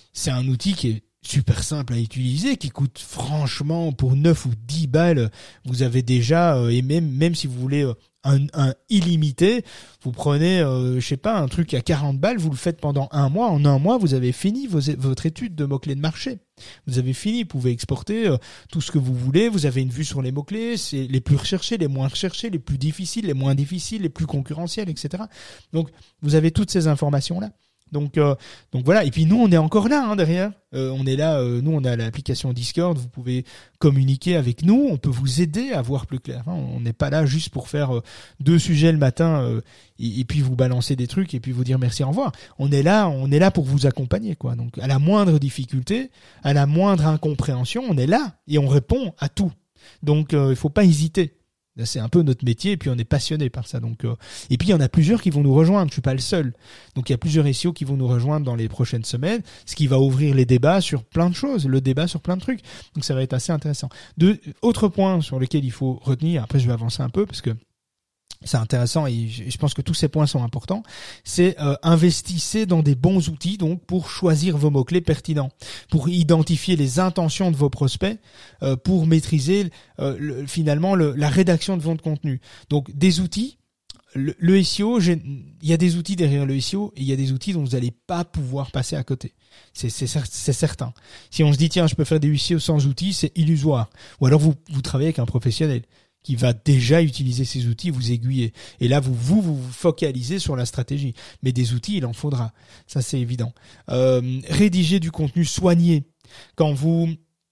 c'est un outil qui est super simple à utiliser, qui coûte franchement pour neuf ou dix balles, vous avez déjà, euh, et même même si vous voulez euh, un, un illimité, vous prenez, euh, je sais pas, un truc à quarante balles, vous le faites pendant un mois, en un mois, vous avez fini vos, votre étude de mots-clés de marché. Vous avez fini, vous pouvez exporter euh, tout ce que vous voulez, vous avez une vue sur les mots-clés, c'est les plus recherchés, les moins recherchés, les plus difficiles, les moins difficiles, les plus concurrentiels, et cetera. Donc, vous avez toutes ces informations-là. Donc, euh, donc voilà. Et puis nous, on est encore là hein, derrière. Euh, on est là. Euh, nous, on a l'application Discord. Vous pouvez communiquer avec nous. On peut vous aider à voir plus clair. Hein. On n'est pas là juste pour faire euh, deux sujets le matin euh, et, et puis vous balancer des trucs et puis vous dire merci, au revoir. On est là. On est là pour vous accompagner, quoi. Donc, à la moindre difficulté, à la moindre incompréhension, on est là et on répond à tout. Donc, euh, il faut pas hésiter. C'est un peu notre métier et puis on est passionné par ça. Donc, euh... et puis il y en a plusieurs qui vont nous rejoindre. Je suis pas le seul. Donc il y a plusieurs S E O qui vont nous rejoindre dans les prochaines semaines, ce qui va ouvrir les débats sur plein de choses, le débat sur plein de trucs. Donc ça va être assez intéressant. Deux autres points sur lesquels il faut retenir. Après je vais avancer un peu parce que c'est intéressant et je pense que tous ces points sont importants. C'est euh, investissez dans des bons outils donc pour choisir vos mots-clés pertinents, pour identifier les intentions de vos prospects, euh, pour maîtriser euh, le, finalement le, la rédaction de votre contenu. Donc des outils, le, le S E O, il y a des outils derrière le S E O et il y a des outils dont vous n'allez pas pouvoir passer à côté. C'est, c'est, c'est certain. Si on se dit tiens je peux faire des S E O sans outils, c'est illusoire. Ou alors vous, vous travaillez avec un professionnel qui va déjà utiliser ces outils, vous aiguiller. Et là, vous vous vous focalisez sur la stratégie. Mais des outils, il en faudra. Ça, c'est évident. Euh, rédiger du contenu soigné. Quand vous,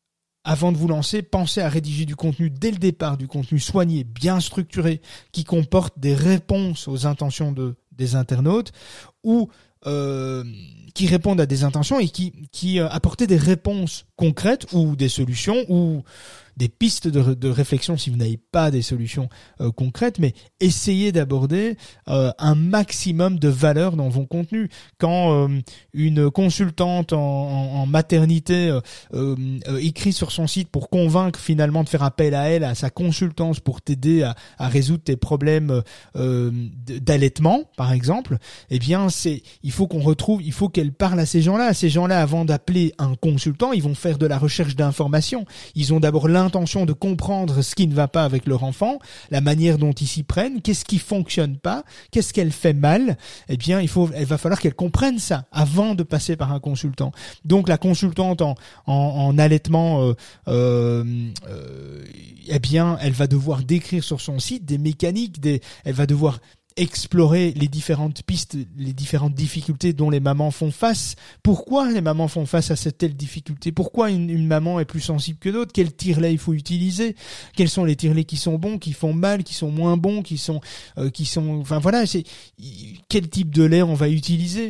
avant de vous lancer, pensez à rédiger du contenu dès le départ, du contenu soigné, bien structuré, qui comporte des réponses aux intentions de, des internautes ou euh, qui répondent à des intentions et qui, qui euh, apportent des réponses concrètes ou des solutions ou des pistes de, de réflexion si vous n'avez pas des solutions euh, concrètes, mais essayez d'aborder euh, un maximum de valeur dans vos contenus. Quand euh, une consultante en, en, en maternité euh, euh, écrit sur son site pour convaincre finalement de faire appel à elle, à sa consultance pour t'aider à, à résoudre tes problèmes euh, d'allaitement, par exemple, eh bien c'est, il faut qu'on retrouve, il faut qu'elle parle à ces gens-là. Ces gens-là, avant d'appeler un consultant, ils vont faire de la recherche d'informations. Ils ont d'abord l'intention intention de comprendre ce qui ne va pas avec leur enfant, la manière dont ils s'y prennent, qu'est-ce qui fonctionne pas, qu'est-ce qu'elle fait mal, eh bien, il faut, il va falloir qu'elle comprenne ça avant de passer par un consultant. Donc, la consultante en, en, en allaitement, euh, euh, euh, eh bien, elle va devoir décrire sur son site des mécaniques, des, elle va devoir explorer les différentes pistes, les différentes difficultés dont les mamans font face. Pourquoi les mamans font face à cette telle difficulté? Pourquoi une, une maman est plus sensible que d'autres? Quel tire-lait il faut utiliser? Quels sont les tire-laits qui sont bons, qui font mal, qui sont moins bons, qui sont, euh, qui sont, enfin voilà, c'est quel type de lait on va utiliser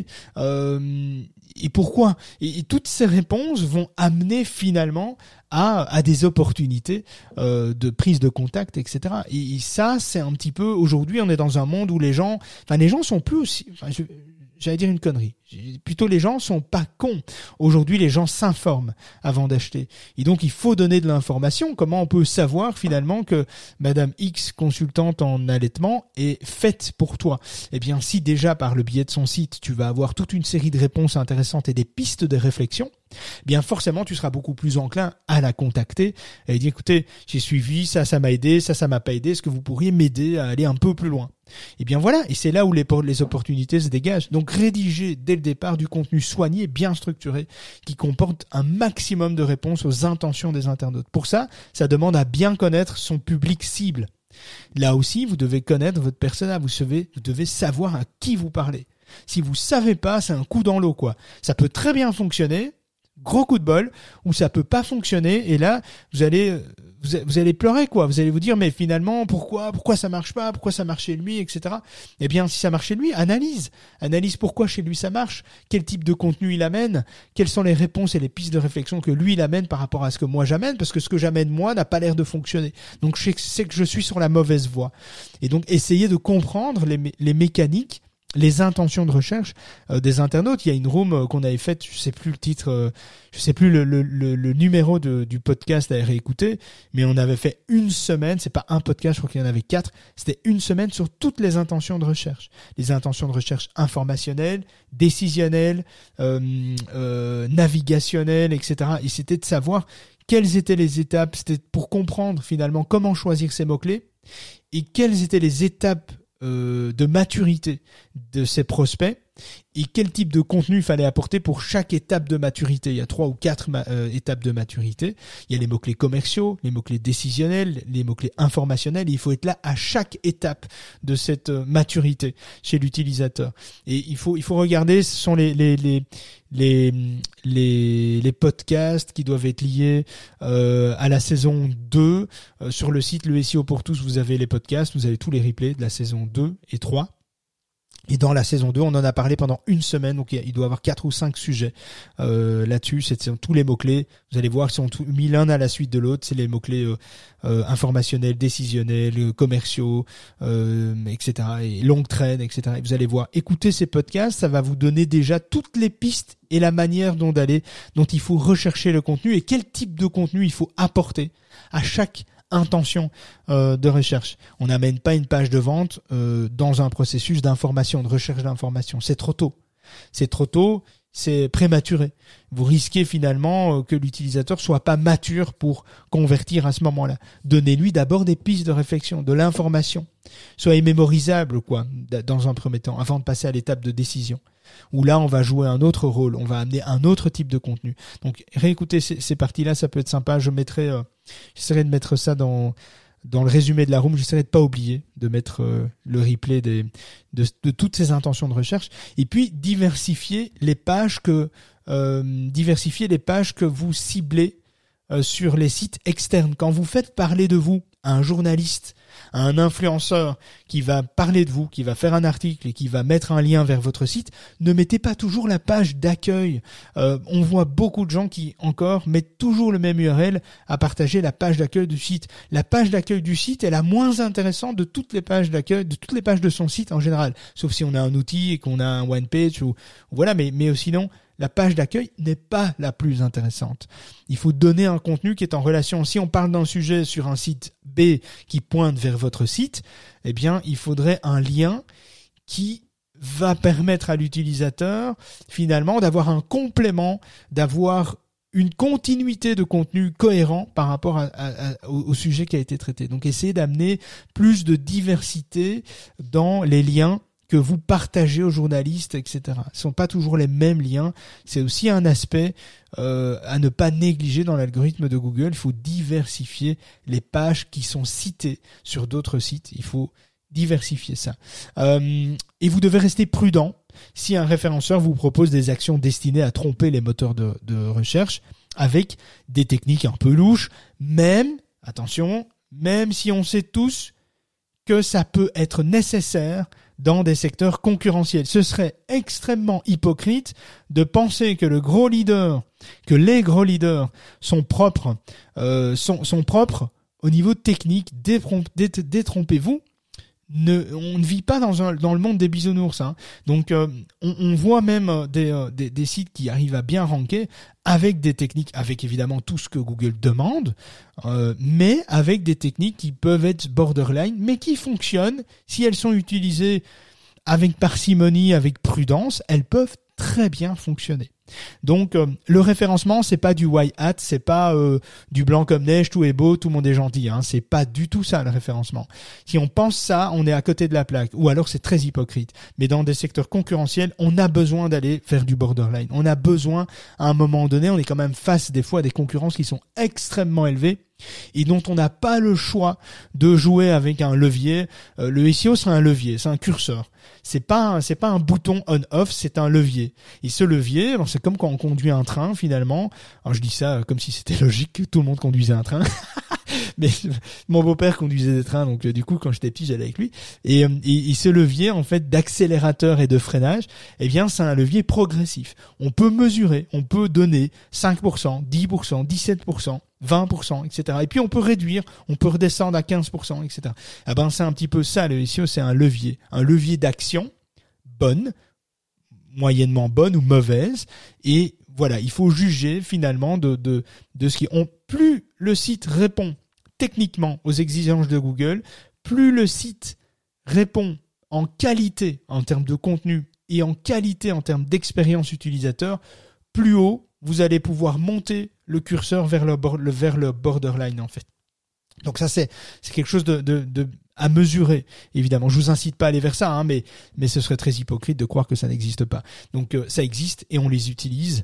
euh, et pourquoi? Et, et toutes ces réponses vont amener finalement à, à des opportunités euh, de prise de contact, et cetera. Et, et ça, c'est un petit peu, aujourd'hui, on est dans un monde où les gens, enfin, les gens sont plus aussi, enfin, je, j'allais dire une connerie. Plutôt, les gens sont pas cons. Aujourd'hui, les gens s'informent avant d'acheter. Et donc, il faut donner de l'information. Comment on peut savoir finalement que Madame X, consultante en allaitement, est faite pour toi? Eh bien, si déjà par le biais de son site, tu vas avoir toute une série de réponses intéressantes et des pistes de réflexion, eh bien forcément, tu seras beaucoup plus enclin à la contacter et dire, écoutez, j'ai suivi, ça, ça m'a aidé, ça, ça m'a pas aidé. Est-ce que vous pourriez m'aider à aller un peu plus loin? Eh bien voilà, et c'est là où les, les opportunités se dégagent. Donc, rédiger dès le départ du contenu soigné, bien structuré, qui comporte un maximum de réponses aux intentions des internautes. Pour ça, ça demande à bien connaître son public cible. Là aussi, vous devez connaître votre persona, vous devez, vous devez savoir à qui vous parlez. Si vous savez pas, c'est un coup dans l'eau, quoi. Ça peut très bien fonctionner, gros coup de bol, ou ça peut pas fonctionner, et là, vous allez, vous, vous allez pleurer, quoi. Vous allez vous dire, mais finalement, pourquoi, pourquoi ça marche pas, pourquoi ça marche chez lui, et cetera. Eh bien, si ça marche chez lui, analyse. Analyse pourquoi chez lui ça marche, quel type de contenu il amène, quelles sont les réponses et les pistes de réflexion que lui il amène par rapport à ce que moi j'amène, parce que ce que j'amène moi n'a pas l'air de fonctionner. Donc, je sais que je suis sur la mauvaise voie. Et donc, essayez de comprendre les, les mécaniques, les intentions de recherche euh, des internautes. Il y a une room euh, qu'on avait faite, je sais plus le titre, euh, je sais plus le, le, le, le numéro de, du podcast à réécouter, mais on avait fait une semaine, c'est pas un podcast, je crois qu'il y en avait quatre, c'était une semaine sur toutes les intentions de recherche. Les intentions de recherche informationnelles, décisionnelles, euh, euh, navigationnelles, et cetera. Et c'était de savoir quelles étaient les étapes, c'était pour comprendre finalement comment choisir ces mots-clés et quelles étaient les étapes euh, de maturité de ces prospects et quel type de contenu il fallait apporter pour chaque étape de maturité. Il y a trois ou quatre ma- euh, étapes de maturité. Il y a les mots-clés commerciaux, les mots-clés décisionnels, les mots-clés informationnels. Et il faut être là à chaque étape de cette euh, maturité chez l'utilisateur. Et il faut il faut regarder, ce sont les les les les les, les podcasts qui doivent être liés euh, à la saison deux. Euh, sur le site Le S E O pour tous, vous avez les podcasts, vous avez tous les replays de la saison deux et trois. Et dans la saison deux, on en a parlé pendant une semaine, donc il doit y avoir quatre ou cinq sujets euh, là-dessus. C'est tous les mots-clés. Vous allez voir, ils sont tous mis l'un à la suite de l'autre. C'est les mots-clés euh, euh, informationnels, décisionnels, commerciaux, euh, et cetera. Et longue traîne, et cetera. Et vous allez voir, écoutez ces podcasts, ça va vous donner déjà toutes les pistes et la manière dont d'aller, dont il faut rechercher le contenu et quel type de contenu il faut apporter à chaque intention euh, de recherche. On n'amène pas une page de vente euh, dans un processus d'information, de recherche d'information. C'est trop tôt. C'est trop tôt, c'est prématuré. Vous risquez finalement euh, que l'utilisateur soit pas mature pour convertir à ce moment-là. Donnez-lui d'abord des pistes de réflexion, de l'information. Soyez mémorisable, quoi, dans un premier temps, avant de passer à l'étape de décision. Où là, on va jouer un autre rôle, on va amener un autre type de contenu. Donc, réécoutez ces, ces parties-là, ça peut être sympa. Je mettrai, euh, j'essaierai de mettre ça dans dans le résumé de la room. J'essaierai de pas oublier de mettre euh, le replay des de, de toutes ces intentions de recherche. Et puis diversifier les pages que euh, diversifier les pages que vous ciblez euh, sur les sites externes. Quand vous faites parler de vous à un journaliste, à un influenceur qui va parler de vous, qui va faire un article et qui va mettre un lien vers votre site, ne mettez pas toujours la page d'accueil. Euh, on voit beaucoup de gens qui, encore, mettent toujours le même U R L à partager la page d'accueil du site. La page d'accueil du site est la moins intéressante de toutes les pages d'accueil, de toutes les pages de son site en général. Sauf si on a un outil et qu'on a un one page ou, voilà, mais, mais sinon, la page d'accueil n'est pas la plus intéressante. Il faut donner un contenu qui est en relation. Si on parle d'un sujet sur un site B qui pointe vers votre site, eh bien, il faudrait un lien qui va permettre à l'utilisateur, finalement, d'avoir un complément, d'avoir une continuité de contenu cohérent par rapport à, à, à, au, au sujet qui a été traité. Donc, essayez d'amener plus de diversité dans les liens que vous partagez aux journalistes, et cetera. Ce ne sont pas toujours les mêmes liens. C'est aussi un aspect euh, à ne pas négliger dans l'algorithme de Google. Il faut diversifier les pages qui sont citées sur d'autres sites. Il faut diversifier ça. Euh, et vous devez rester prudent si un référenceur vous propose des actions destinées à tromper les moteurs de, de recherche avec des techniques un peu louches, même, attention, même si on sait tous que ça peut être nécessaire dans des secteurs concurrentiels. Ce serait extrêmement hypocrite de penser que le gros leader, que les gros leaders sont propres, euh, sont, sont propres au niveau technique. Détrompez-vous. Ne, on ne vit pas dans, un, dans le monde des bisounours. Hein. Donc, euh, on, on voit même des, euh, des, des sites qui arrivent à bien ranker avec des techniques, avec évidemment tout ce que Google demande, euh, mais avec des techniques qui peuvent être borderline, mais qui fonctionnent. Si elles sont utilisées avec parcimonie, avec prudence, elles peuvent très bien fonctionner. Donc euh, le référencement, c'est pas du white hat, c'est pas euh, du blanc comme neige, tout est beau, tout le monde est gentil, hein, c'est pas du tout ça le référencement. Si on pense ça, on est à côté de la plaque, ou alors c'est très hypocrite. Mais dans des secteurs concurrentiels, on a besoin d'aller faire du borderline. On a besoin, à un moment donné, on est quand même face des fois à des concurrences qui sont extrêmement élevées et dont on n'a pas le choix de jouer avec un levier. Euh, le S E O, c'est un levier, c'est un curseur. C'est pas un, c'est pas un bouton on/off, c'est un levier. Et ce levier, alors c'est comme quand on conduit un train finalement. Alors je dis ça comme si c'était logique que tout le monde conduisait un train. Mais mon beau-père conduisait des trains, donc euh, du coup quand j'étais petit j'allais avec lui. Et, euh, et, et ce levier en fait d'accélérateur et de freinage, eh bien c'est un levier progressif. On peut mesurer, on peut donner cinq pour cent, dix pour cent, dix-sept pour cent, vingt pour cent, et cetera. Et puis on peut réduire, on peut redescendre à quinze pour cent, et cetera. Eh ben c'est un petit peu ça le S E O, c'est un levier, un levier d'action bonne, moyennement bonne ou mauvaise, et voilà, il faut juger finalement de de de ce qui ont. Plus le site répond techniquement aux exigences de Google, plus le site répond en qualité en termes de contenu et en qualité en termes d'expérience utilisateur, plus haut vous allez pouvoir monter le curseur vers le, le vers le borderline en fait. Donc ça c'est c'est quelque chose de de, de à mesurer. Évidemment, je vous incite pas à aller vers ça, hein, mais mais ce serait très hypocrite de croire que ça n'existe pas. Donc euh, ça existe et on les utilise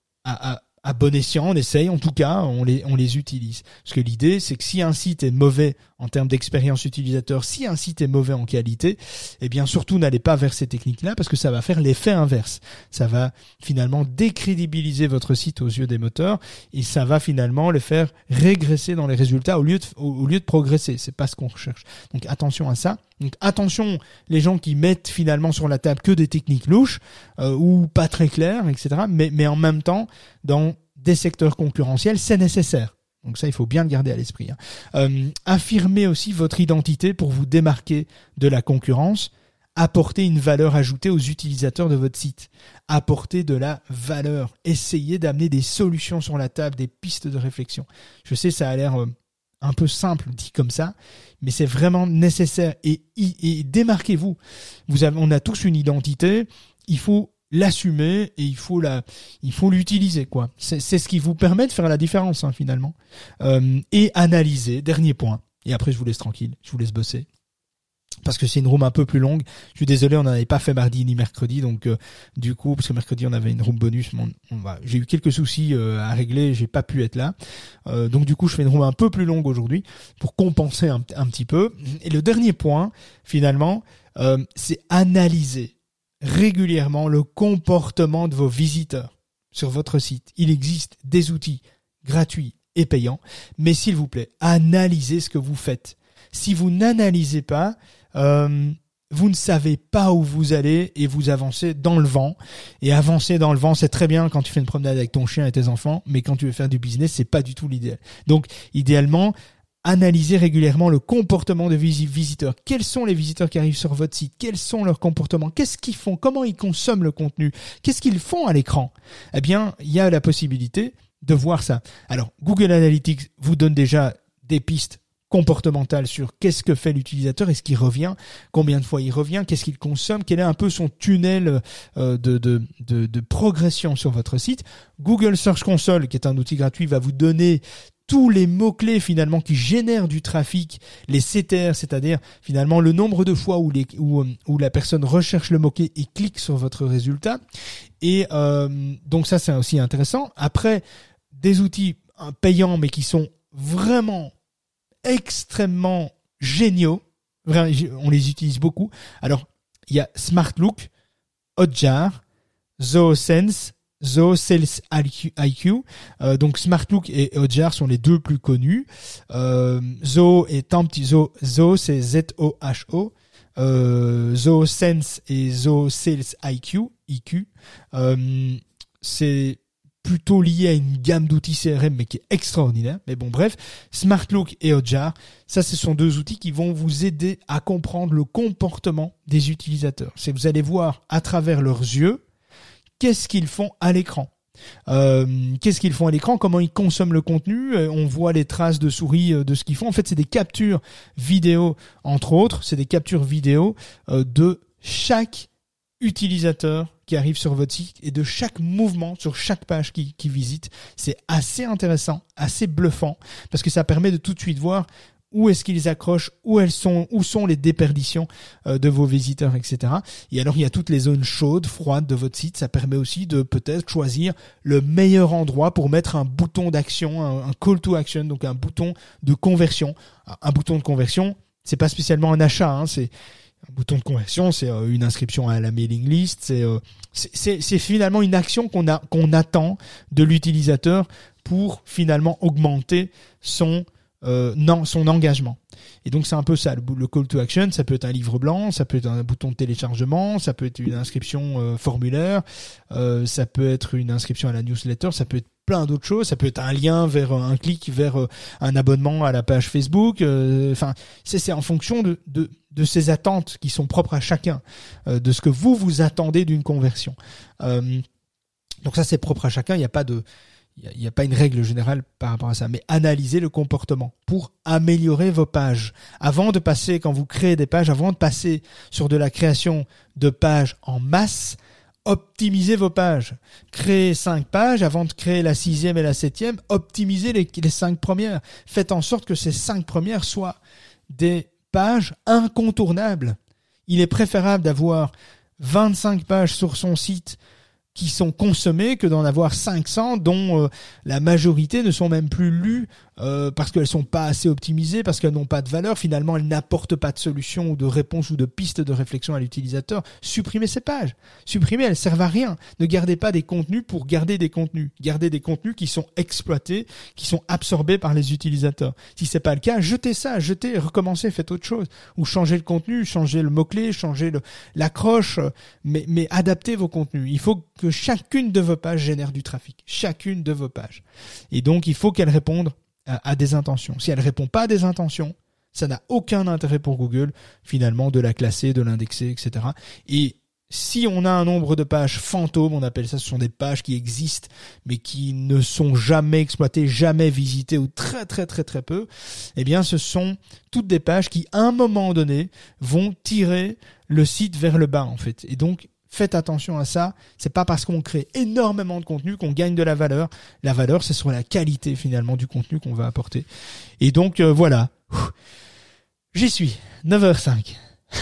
à, à à bon escient, on essaye, en tout cas, on les, on les utilise. Parce que l'idée, c'est que si un site est mauvais en termes d'expérience utilisateur, si un site est mauvais en qualité, eh bien, surtout n'allez pas vers ces techniques-là parce que ça va faire l'effet inverse. Ça va finalement décrédibiliser votre site aux yeux des moteurs et ça va finalement les faire régresser dans les résultats au lieu de, au lieu de progresser. C'est pas ce qu'on recherche. Donc, attention à ça. Donc attention, les gens qui mettent finalement sur la table que des techniques louches euh, ou pas très claires, et cetera. Mais, mais en même temps, dans des secteurs concurrentiels, c'est nécessaire. Donc ça, il faut bien le garder à l'esprit. Hein. Euh, affirmez aussi votre identité pour vous démarquer de la concurrence. Apportez une valeur ajoutée aux utilisateurs de votre site. Apportez de la valeur. Essayez d'amener des solutions sur la table, des pistes de réflexion. Je sais, ça a l'air... Euh, un peu simple dit comme ça, mais c'est vraiment nécessaire et, et, et démarquez-vous. Vous avez, on a tous une identité, il faut l'assumer et il faut la, il faut l'utiliser quoi. C'est, c'est ce qui vous permet de faire la différence hein, finalement. Euh, et analyser. Dernier point. Et après je vous laisse tranquille, je vous laisse bosser. Parce que c'est une room un peu plus longue. Je suis désolé, on n'en avait pas fait mardi ni mercredi, donc euh, du coup, parce que mercredi on avait une room bonus, mais on, on va, j'ai eu quelques soucis euh, à régler, j'ai pas pu être là. Euh, donc du coup, je fais une room un peu plus longue aujourd'hui pour compenser un, un petit peu. Et le dernier point, finalement, euh, c'est analyser régulièrement le comportement de vos visiteurs sur votre site. Il existe des outils gratuits et payants, mais s'il vous plaît, analysez ce que vous faites. Si vous n'analysez pas, euh, vous ne savez pas où vous allez et vous avancez dans le vent. Et avancer dans le vent, c'est très bien quand tu fais une promenade avec ton chien et tes enfants, mais quand tu veux faire du business, c'est pas du tout l'idéal. Donc, idéalement, analysez régulièrement le comportement de vis- visiteurs. Quels sont les visiteurs qui arrivent sur votre site? Quels sont leurs comportements? Qu'est-ce qu'ils font? Comment ils consomment le contenu? Qu'est-ce qu'ils font à l'écran? Eh bien, il y a la possibilité de voir ça. Alors, Google Analytics vous donne déjà des pistes comportemental sur qu'est-ce que fait l'utilisateur, est-ce qu'il revient, combien de fois il revient, qu'est-ce qu'il consomme, quel est un peu son tunnel euh, de, de, de, de progression sur votre site. Google Search Console, qui est un outil gratuit, va vous donner tous les mots-clés finalement qui génèrent du trafic, les C T R, c'est-à-dire finalement le nombre de fois où, les, où, où la personne recherche le mot-clé et clique sur votre résultat. Et euh, donc ça, c'est aussi intéressant. Après, des outils payants mais qui sont vraiment extrêmement géniaux, on les utilise beaucoup. Alors, il y a SmartLook, Hotjar, ZooSense, ZooSales I Q. Euh, donc SmartLook et Hotjar sont les deux plus connus. Euh, Zoo est un petit Zoo, Zoo c'est Z O H O. Euh, ZooSense et ZooSales I Q, I Q. Euh, c'est plutôt lié à une gamme d'outils C R M mais qui est extraordinaire. Mais bon bref, SmartLook et Hotjar, ça ce sont deux outils qui vont vous aider à comprendre le comportement des utilisateurs. C'est vous allez voir à travers leurs yeux qu'est-ce qu'ils font à l'écran. Euh, qu'est-ce qu'ils font à l'écran, comment ils consomment le contenu, on voit les traces de souris de ce qu'ils font. En fait, c'est des captures vidéo entre autres, c'est des captures vidéo euh, de chaque utilisateur qui arrive sur votre site et de chaque mouvement sur chaque page qui, qui visite. C'est assez intéressant, assez bluffant parce que ça permet de tout de suite voir où est-ce qu'ils accrochent, où elles sont, où sont les déperditions euh, de vos visiteurs, et cetera. Et alors il y a toutes les zones chaudes, froides de votre site. Ça permet aussi de peut-être choisir le meilleur endroit pour mettre un bouton d'action, un, un call to action, donc un bouton de conversion. Un bouton de conversion, c'est pas spécialement un achat, hein, c'est un bouton de conversion, c'est euh, une inscription à la mailing list, c'est, euh, c'est, c'est, c'est finalement une action qu'on a, qu'on attend de l'utilisateur pour finalement augmenter son euh, non, son engagement. Et donc c'est un peu ça, le, le call to action. Ça peut être un livre blanc, ça peut être un bouton de téléchargement, ça peut être une inscription euh, formulaire, euh, ça peut être une inscription à la newsletter, ça peut être plein d'autres choses, ça peut être un lien vers un clic vers euh, un abonnement à la page Facebook. Enfin, euh, c'est, c'est en fonction de, de de ces attentes qui sont propres à chacun, euh, de ce que vous vous attendez d'une conversion. Euh, donc ça c'est propre à chacun. Il n'y a pas de Il n'y a, a pas une règle générale par rapport à ça, mais analysez le comportement pour améliorer vos pages. Avant de passer, quand vous créez des pages, avant de passer sur de la création de pages en masse, optimisez vos pages. Créez cinq pages avant de créer la sixième et la septième. Optimisez les, les cinq premières. Faites en sorte que ces cinq premières soient des pages incontournables. Il est préférable d'avoir vingt-cinq pages sur son site qui sont consommées que d'en avoir cinq cents dont euh, la majorité ne sont même plus lues euh, parce qu'elles sont pas assez optimisées, parce qu'elles n'ont pas de valeur. Finalement, elles n'apportent pas de solution ou de réponse ou de piste de réflexion à l'utilisateur. Supprimez ces pages. Supprimez, elles servent à rien. Ne gardez pas des contenus pour garder des contenus. Gardez des contenus qui sont exploités, qui sont absorbés par les utilisateurs. Si c'est pas le cas, jetez ça, jetez, recommencez, faites autre chose. Ou changez le contenu, changez le mot-clé, changez le, l'accroche, mais, mais adaptez vos contenus. Il faut que chacune de vos pages génère du trafic. Chacune de vos pages. Et donc, il faut qu'elles répondent à, à des intentions. Si elle répond pas à des intentions, ça n'a aucun intérêt pour Google, finalement, de la classer, de l'indexer, et cetera. Et si on a un nombre de pages fantômes, on appelle ça, ce sont des pages qui existent, mais qui ne sont jamais exploitées, jamais visitées, ou très très très très peu, eh bien, ce sont toutes des pages qui, à un moment donné, vont tirer le site vers le bas, en fait. Et donc, faites attention à ça. C'est pas parce qu'on crée énormément de contenu qu'on gagne de la valeur. La valeur, c'est sur la qualité finalement du contenu qu'on va apporter. Et donc euh, voilà. J'y suis. neuf heures cinq.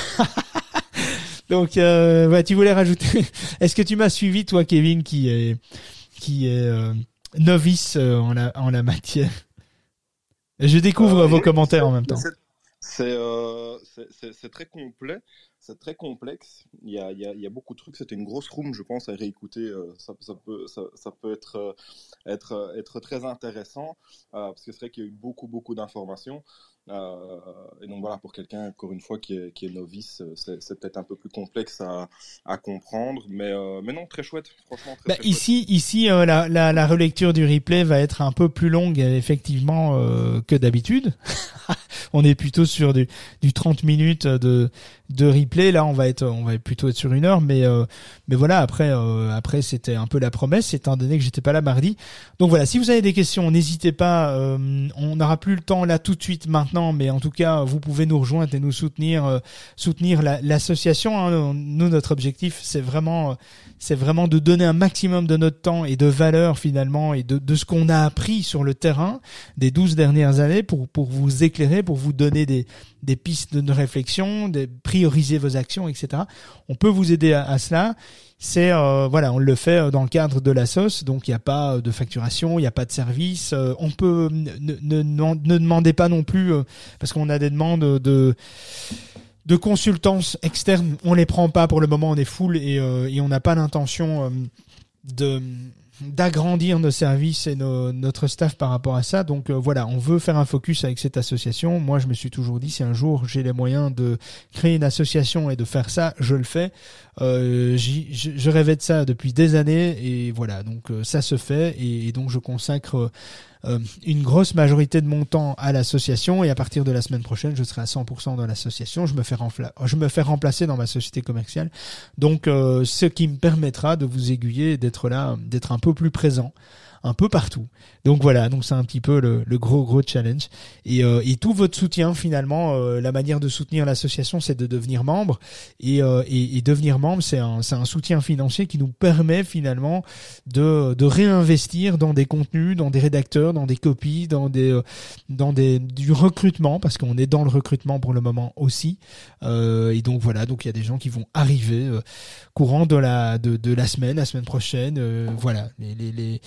Donc euh, ouais, tu voulais rajouter. Est-ce que tu m'as suivi toi, Kevin, qui est qui est euh, novice euh, en la en la matière? Je découvre euh, vos commentaires en même temps. C'est c'est, euh, c'est c'est c'est très complet. C'est très complexe. Il y a, il y a, il y a beaucoup de trucs. C'était une grosse room, je pense, à réécouter. Euh, ça, ça peut, ça, ça peut être, euh, être, être très intéressant euh, parce que c'est vrai qu'il y a eu beaucoup, beaucoup d'informations. Euh, et donc voilà, pour quelqu'un, encore une fois, qui est, qui est novice, c'est, c'est peut-être un peu plus complexe à, à comprendre, mais, euh, mais non, très chouette, franchement. Très, bah, très ici, chouette. ici, euh, la, la, la relecture du replay va être un peu plus longue, effectivement, euh, que d'habitude. On est plutôt sur du, du trente minutes de, de replay. Là, on va être, on va plutôt être sur une heure, mais, euh, mais voilà. Après, euh, après, c'était un peu la promesse, étant donné que j'étais pas là mardi. Donc voilà, si vous avez des questions, n'hésitez pas. Euh, on n'aura plus le temps là tout de suite maintenant, mais en tout cas, vous pouvez nous rejoindre et nous soutenir, euh, soutenir la, l'association. Hein. Nous, notre objectif, c'est vraiment, c'est vraiment de donner un maximum de notre temps et de valeur finalement et de, de ce qu'on a appris sur le terrain des douze dernières années pour, pour vous éclairer, pour vous donner des, des pistes de réflexion, de prioriser vos actions, et cetera. On peut vous aider à, à cela. C'est euh, voilà, on le fait dans le cadre de la S O S, donc il n'y a pas de facturation, il n'y a pas de service. Euh, on peut ne, ne, ne, ne demandez pas non plus euh, parce qu'on a des demandes de de consultance externe, on les prend pas pour le moment, on est full et, euh, et on n'a pas l'intention euh, de d'agrandir nos services et nos, notre staff par rapport à ça. Donc euh, voilà, on veut faire un focus avec cette association. Moi, je me suis toujours dit, si un jour j'ai les moyens de créer une association et de faire ça, je le fais. Euh, j'y, je, je rêvais de ça depuis des années et voilà, donc euh, ça se fait et, et donc je consacre euh, une grosse majorité de mon temps à l'association et à partir de la semaine prochaine, je serai à cent pour cent dans l'association. Je me fais rempla- je me fais remplacer dans ma société commerciale. Donc euh, ce qui me permettra de vous aiguiller, d'être là, d'être un peu plus présent, un peu partout. Donc voilà, donc c'est un petit peu le, le gros gros challenge et, euh, et tout votre soutien finalement, euh, la manière de soutenir l'association, c'est de devenir membre et, euh, et, et devenir membre, c'est un c'est un soutien financier qui nous permet finalement de de réinvestir dans des contenus, dans des rédacteurs, dans des copies, dans des euh, dans des du recrutement parce qu'on est dans le recrutement pour le moment aussi. Euh, et donc voilà, donc il y a des gens qui vont arriver euh, courant de la de de la semaine, la semaine prochaine. Euh, voilà, les les les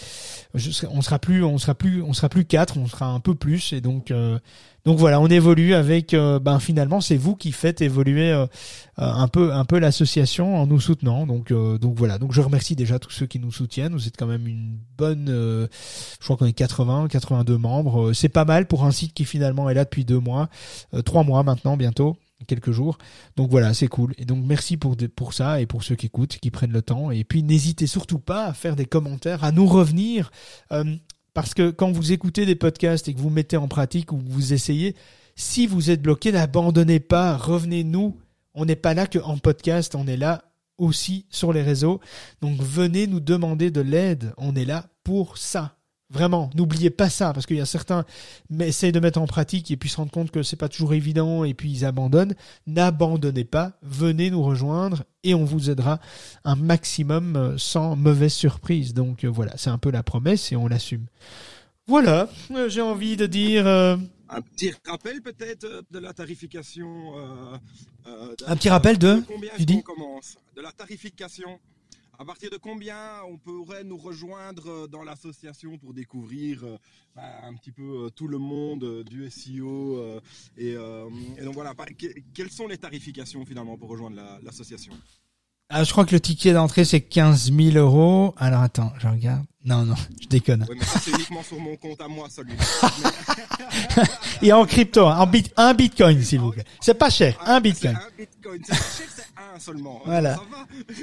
je serai, on sera plus, on sera plus, on sera plus quatre, on sera un peu plus, et donc, euh, donc voilà, on évolue avec, euh, ben finalement, c'est vous qui faites évoluer euh, un peu, un peu l'association en nous soutenant. Donc, euh, donc voilà. Donc je remercie déjà tous ceux qui nous soutiennent. Vous êtes quand même une bonne, euh, je crois qu'on est quatre-vingts, quatre-vingt-deux membres. Euh, c'est pas mal pour un site qui finalement est là depuis deux mois, euh, trois mois maintenant bientôt. Quelques jours. Donc voilà, c'est cool. Et donc merci pour pour ça et pour ceux qui écoutent, qui prennent le temps. Et puis n'hésitez surtout pas à faire des commentaires, à nous revenir, euh, parce que quand vous écoutez des podcasts et que vous mettez en pratique ou que vous essayez, si vous êtes bloqué, n'abandonnez pas, revenez-nous. On n'est pas là que en podcast, on est là aussi sur les réseaux. Donc venez nous demander de l'aide. On est là pour ça. Vraiment, n'oubliez pas ça, parce qu'il y a certains qui essayent de mettre en pratique et puis se rendent compte que c'est pas toujours évident et puis ils abandonnent. N'abandonnez pas, venez nous rejoindre et on vous aidera un maximum sans mauvaise surprise. Donc euh, voilà, c'est un peu la promesse et on l'assume. Voilà, euh, j'ai envie de dire... Euh... Un petit rappel peut-être de la tarification. Euh, euh, un petit rappel de, de combien tu dis on commence de la tarification. À partir de combien on pourrait nous rejoindre dans l'association pour découvrir euh, un petit peu euh, tout le monde euh, du S E O euh, et, euh, et donc voilà, que, quelles sont les tarifications finalement pour rejoindre la, l'association? Ah, je crois que le ticket d'entrée c'est quinze mille euros. Alors attends, je regarde. Non, non, je déconne. Oui, mais ça c'est uniquement sur mon compte à moi, celui-là. Et en crypto, en bit, un bitcoin, s'il vous plaît. C'est pas cher, un bitcoin. C'est un bitcoin, c'est pas cher, c'est un seulement. Voilà. Ça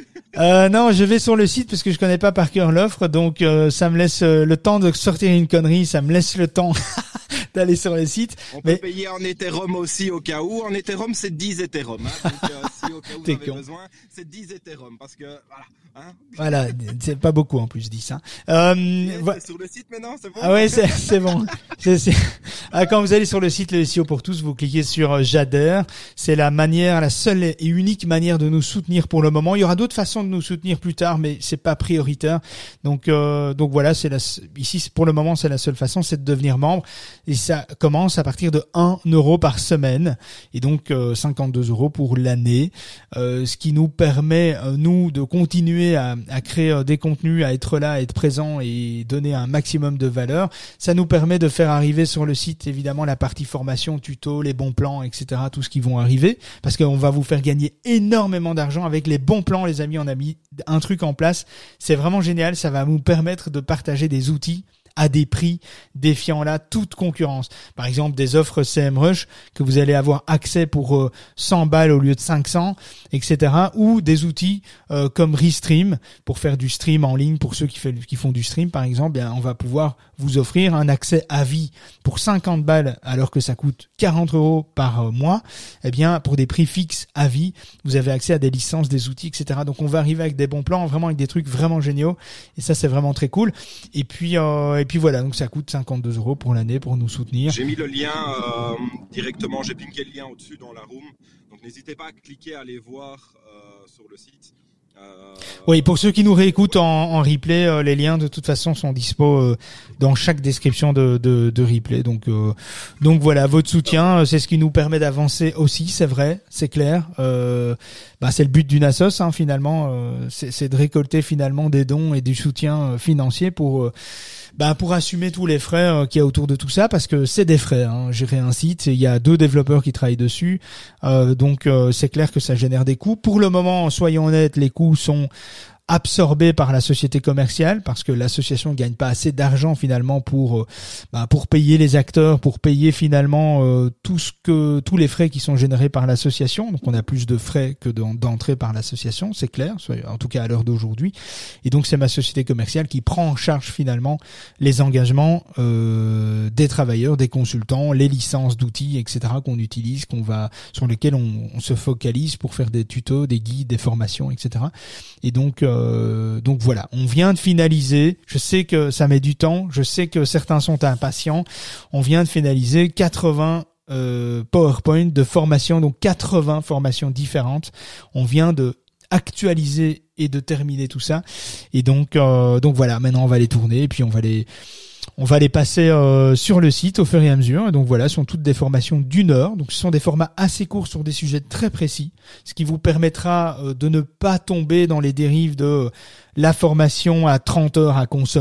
va. Euh, non, je vais sur le site parce que je connais pas par cœur l'offre, donc euh, ça me laisse euh, le temps de sortir une connerie, ça me laisse le temps d'aller sur le site. On mais... peut payer en Ethereum aussi au cas où. En Ethereum, c'est dix Ethereum. Hein. Donc, euh, si au cas où vous avez con. besoin, c'est dix Ethereum parce que voilà. Hein. Voilà, c'est pas beaucoup en plus, dix. Hein. Euh, voilà. Sur le site maintenant, c'est bon. Ah ouais, c'est c'est bon. c'est, c'est... Ah, quand vous allez sur le site le S E O pour tous, vous cliquez sur j'adhère. C'est la manière, la seule et unique manière de nous soutenir pour le moment. Il y aura d'autres façons de nous soutenir plus tard, mais c'est pas prioritaire. Donc euh, donc voilà, c'est la ici pour le moment c'est la seule façon, c'est de devenir membre. Et ça commence à partir de un euro par semaine et donc euh, cinquante-deux euros pour l'année, euh, ce qui nous permet euh, nous de continuer à, à créer euh, des contenus, à être là, à être présent et donner un maximum de valeur. Ça nous permet de faire arriver sur le site évidemment la partie formation, tuto, les bons plans, et cetera. Tout ce qui vont arriver parce qu'on va vous faire gagner énormément d'argent avec les bons plans, les amis. On a mis un truc en place, c'est vraiment génial. Ça va nous permettre de partager des outils à des prix défiant là toute concurrence. Par exemple, des offres SEMrush que vous allez avoir accès pour euh, cent balles au lieu de cinq cents, et cetera. Ou des outils euh, comme Restream pour faire du stream en ligne. Pour ceux qui, fait, qui font du stream, par exemple, bien, on va pouvoir vous offrir un accès à vie pour cinquante balles alors que ça coûte quarante euros par euh, mois. Eh bien, pour des prix fixes à vie, vous avez accès à des licences, des outils, et cetera. Donc, on va arriver avec des bons plans, vraiment avec des trucs vraiment géniaux. Et ça, c'est vraiment très cool. Et puis, euh, et puis voilà, donc ça coûte cinquante-deux euros pour l'année pour nous soutenir. J'ai mis le lien euh, directement, j'ai pinké le lien au-dessus dans la room, donc n'hésitez pas à cliquer, à aller voir euh, sur le site. Euh... Oui, pour ceux qui nous réécoutent en, en replay, euh, les liens de toute façon sont dispo euh, dans chaque description de, de, de replay. Donc, euh, donc voilà, votre soutien, euh, c'est ce qui nous permet d'avancer aussi, c'est vrai, c'est clair. Euh, bah, c'est le but d'une assos, hein, finalement, euh, c'est, c'est de récolter finalement des dons et du soutien euh, financier pour euh, bah, pour assumer tous les frais euh, qu'il y a autour de tout ça, parce que c'est des frais. Hein, gérer un site, il y a deux développeurs qui travaillent dessus, euh, donc euh, c'est clair que ça génère des coûts. Pour le moment, soyons honnêtes, les coûts sont absorbé par la société commerciale parce que l'association gagne pas assez d'argent finalement pour euh, bah, pour payer les acteurs, pour payer finalement euh, tout ce que tous les frais qui sont générés par l'association. Donc on a plus de frais que d'entrée par l'association, c'est clair, en tout cas à l'heure d'aujourd'hui. Et donc c'est ma société commerciale qui prend en charge finalement les engagements euh, des travailleurs, des consultants, les licences d'outils, et cetera qu'on utilise, qu'on va sur lesquels on, on se focalise pour faire des tutos, des guides, des formations, et cetera. Et donc euh, Euh, donc voilà, on vient de finaliser, je sais que ça met du temps, je sais que certains sont impatients, on vient de finaliser quatre-vingts euh, PowerPoint de formation, donc quatre-vingts formations différentes, on vient de actualiser et de terminer tout ça, et donc euh, donc voilà, maintenant on va les tourner, et puis on va les On va les passer euh, sur le site au fur et à mesure. Donc voilà, ce sont toutes des formations d'une heure. Donc ce sont des formats assez courts sur des sujets très précis, ce qui vous permettra euh, de ne pas tomber dans les dérives de euh, la formation à trente heures à consommer.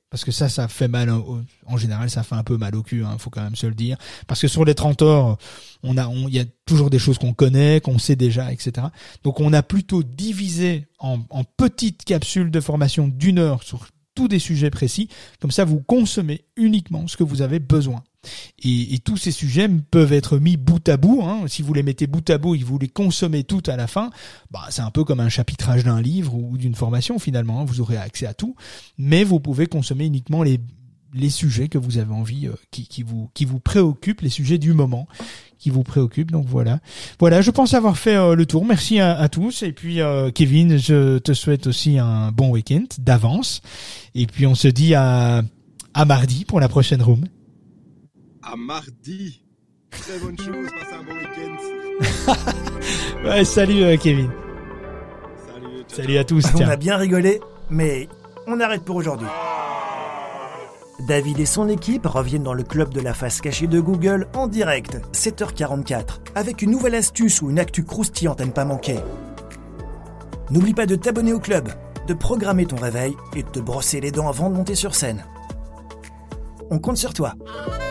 Parce que ça, ça fait mal, au, en général, ça fait un peu mal au cul, hein, faut quand même se le dire. Parce que sur les trente heures, on a, on, il y a toujours des choses qu'on connaît, qu'on sait déjà, et cetera. Donc on a plutôt divisé en, en petites capsules de formation d'une heure sur tous des sujets précis. Comme ça, vous consommez uniquement ce que vous avez besoin. Et, et tous ces sujets peuvent être mis bout à bout. Hein. Si vous les mettez bout à bout et que vous les consommez toutes à la fin, bah c'est un peu comme un chapitrage d'un livre ou d'une formation finalement. Hein. Vous aurez accès à tout, mais vous pouvez consommer uniquement les les sujets que vous avez envie, euh, qui, qui vous qui vous préoccupent, les sujets du moment qui vous préoccupent. Donc voilà, voilà. Je pense avoir fait euh, le tour. Merci à, à tous. Et puis euh, Kevin, je te souhaite aussi un bon week-end d'avance. Et puis on se dit à à mardi pour la prochaine room. À mardi. Très bonne chose, passez un bon week-end. Ouais, salut euh, Kevin. Salut, ciao, salut à tous. On Tiens. a bien rigolé, mais on arrête pour aujourd'hui. David et son équipe reviennent dans le club de la face cachée de Google en direct, sept heures quarante-quatre, avec une nouvelle astuce ou une actu croustillante à ne pas manquer. N'oublie pas de t'abonner au club, de programmer ton réveil et de te brosser les dents avant de monter sur scène. On compte sur toi.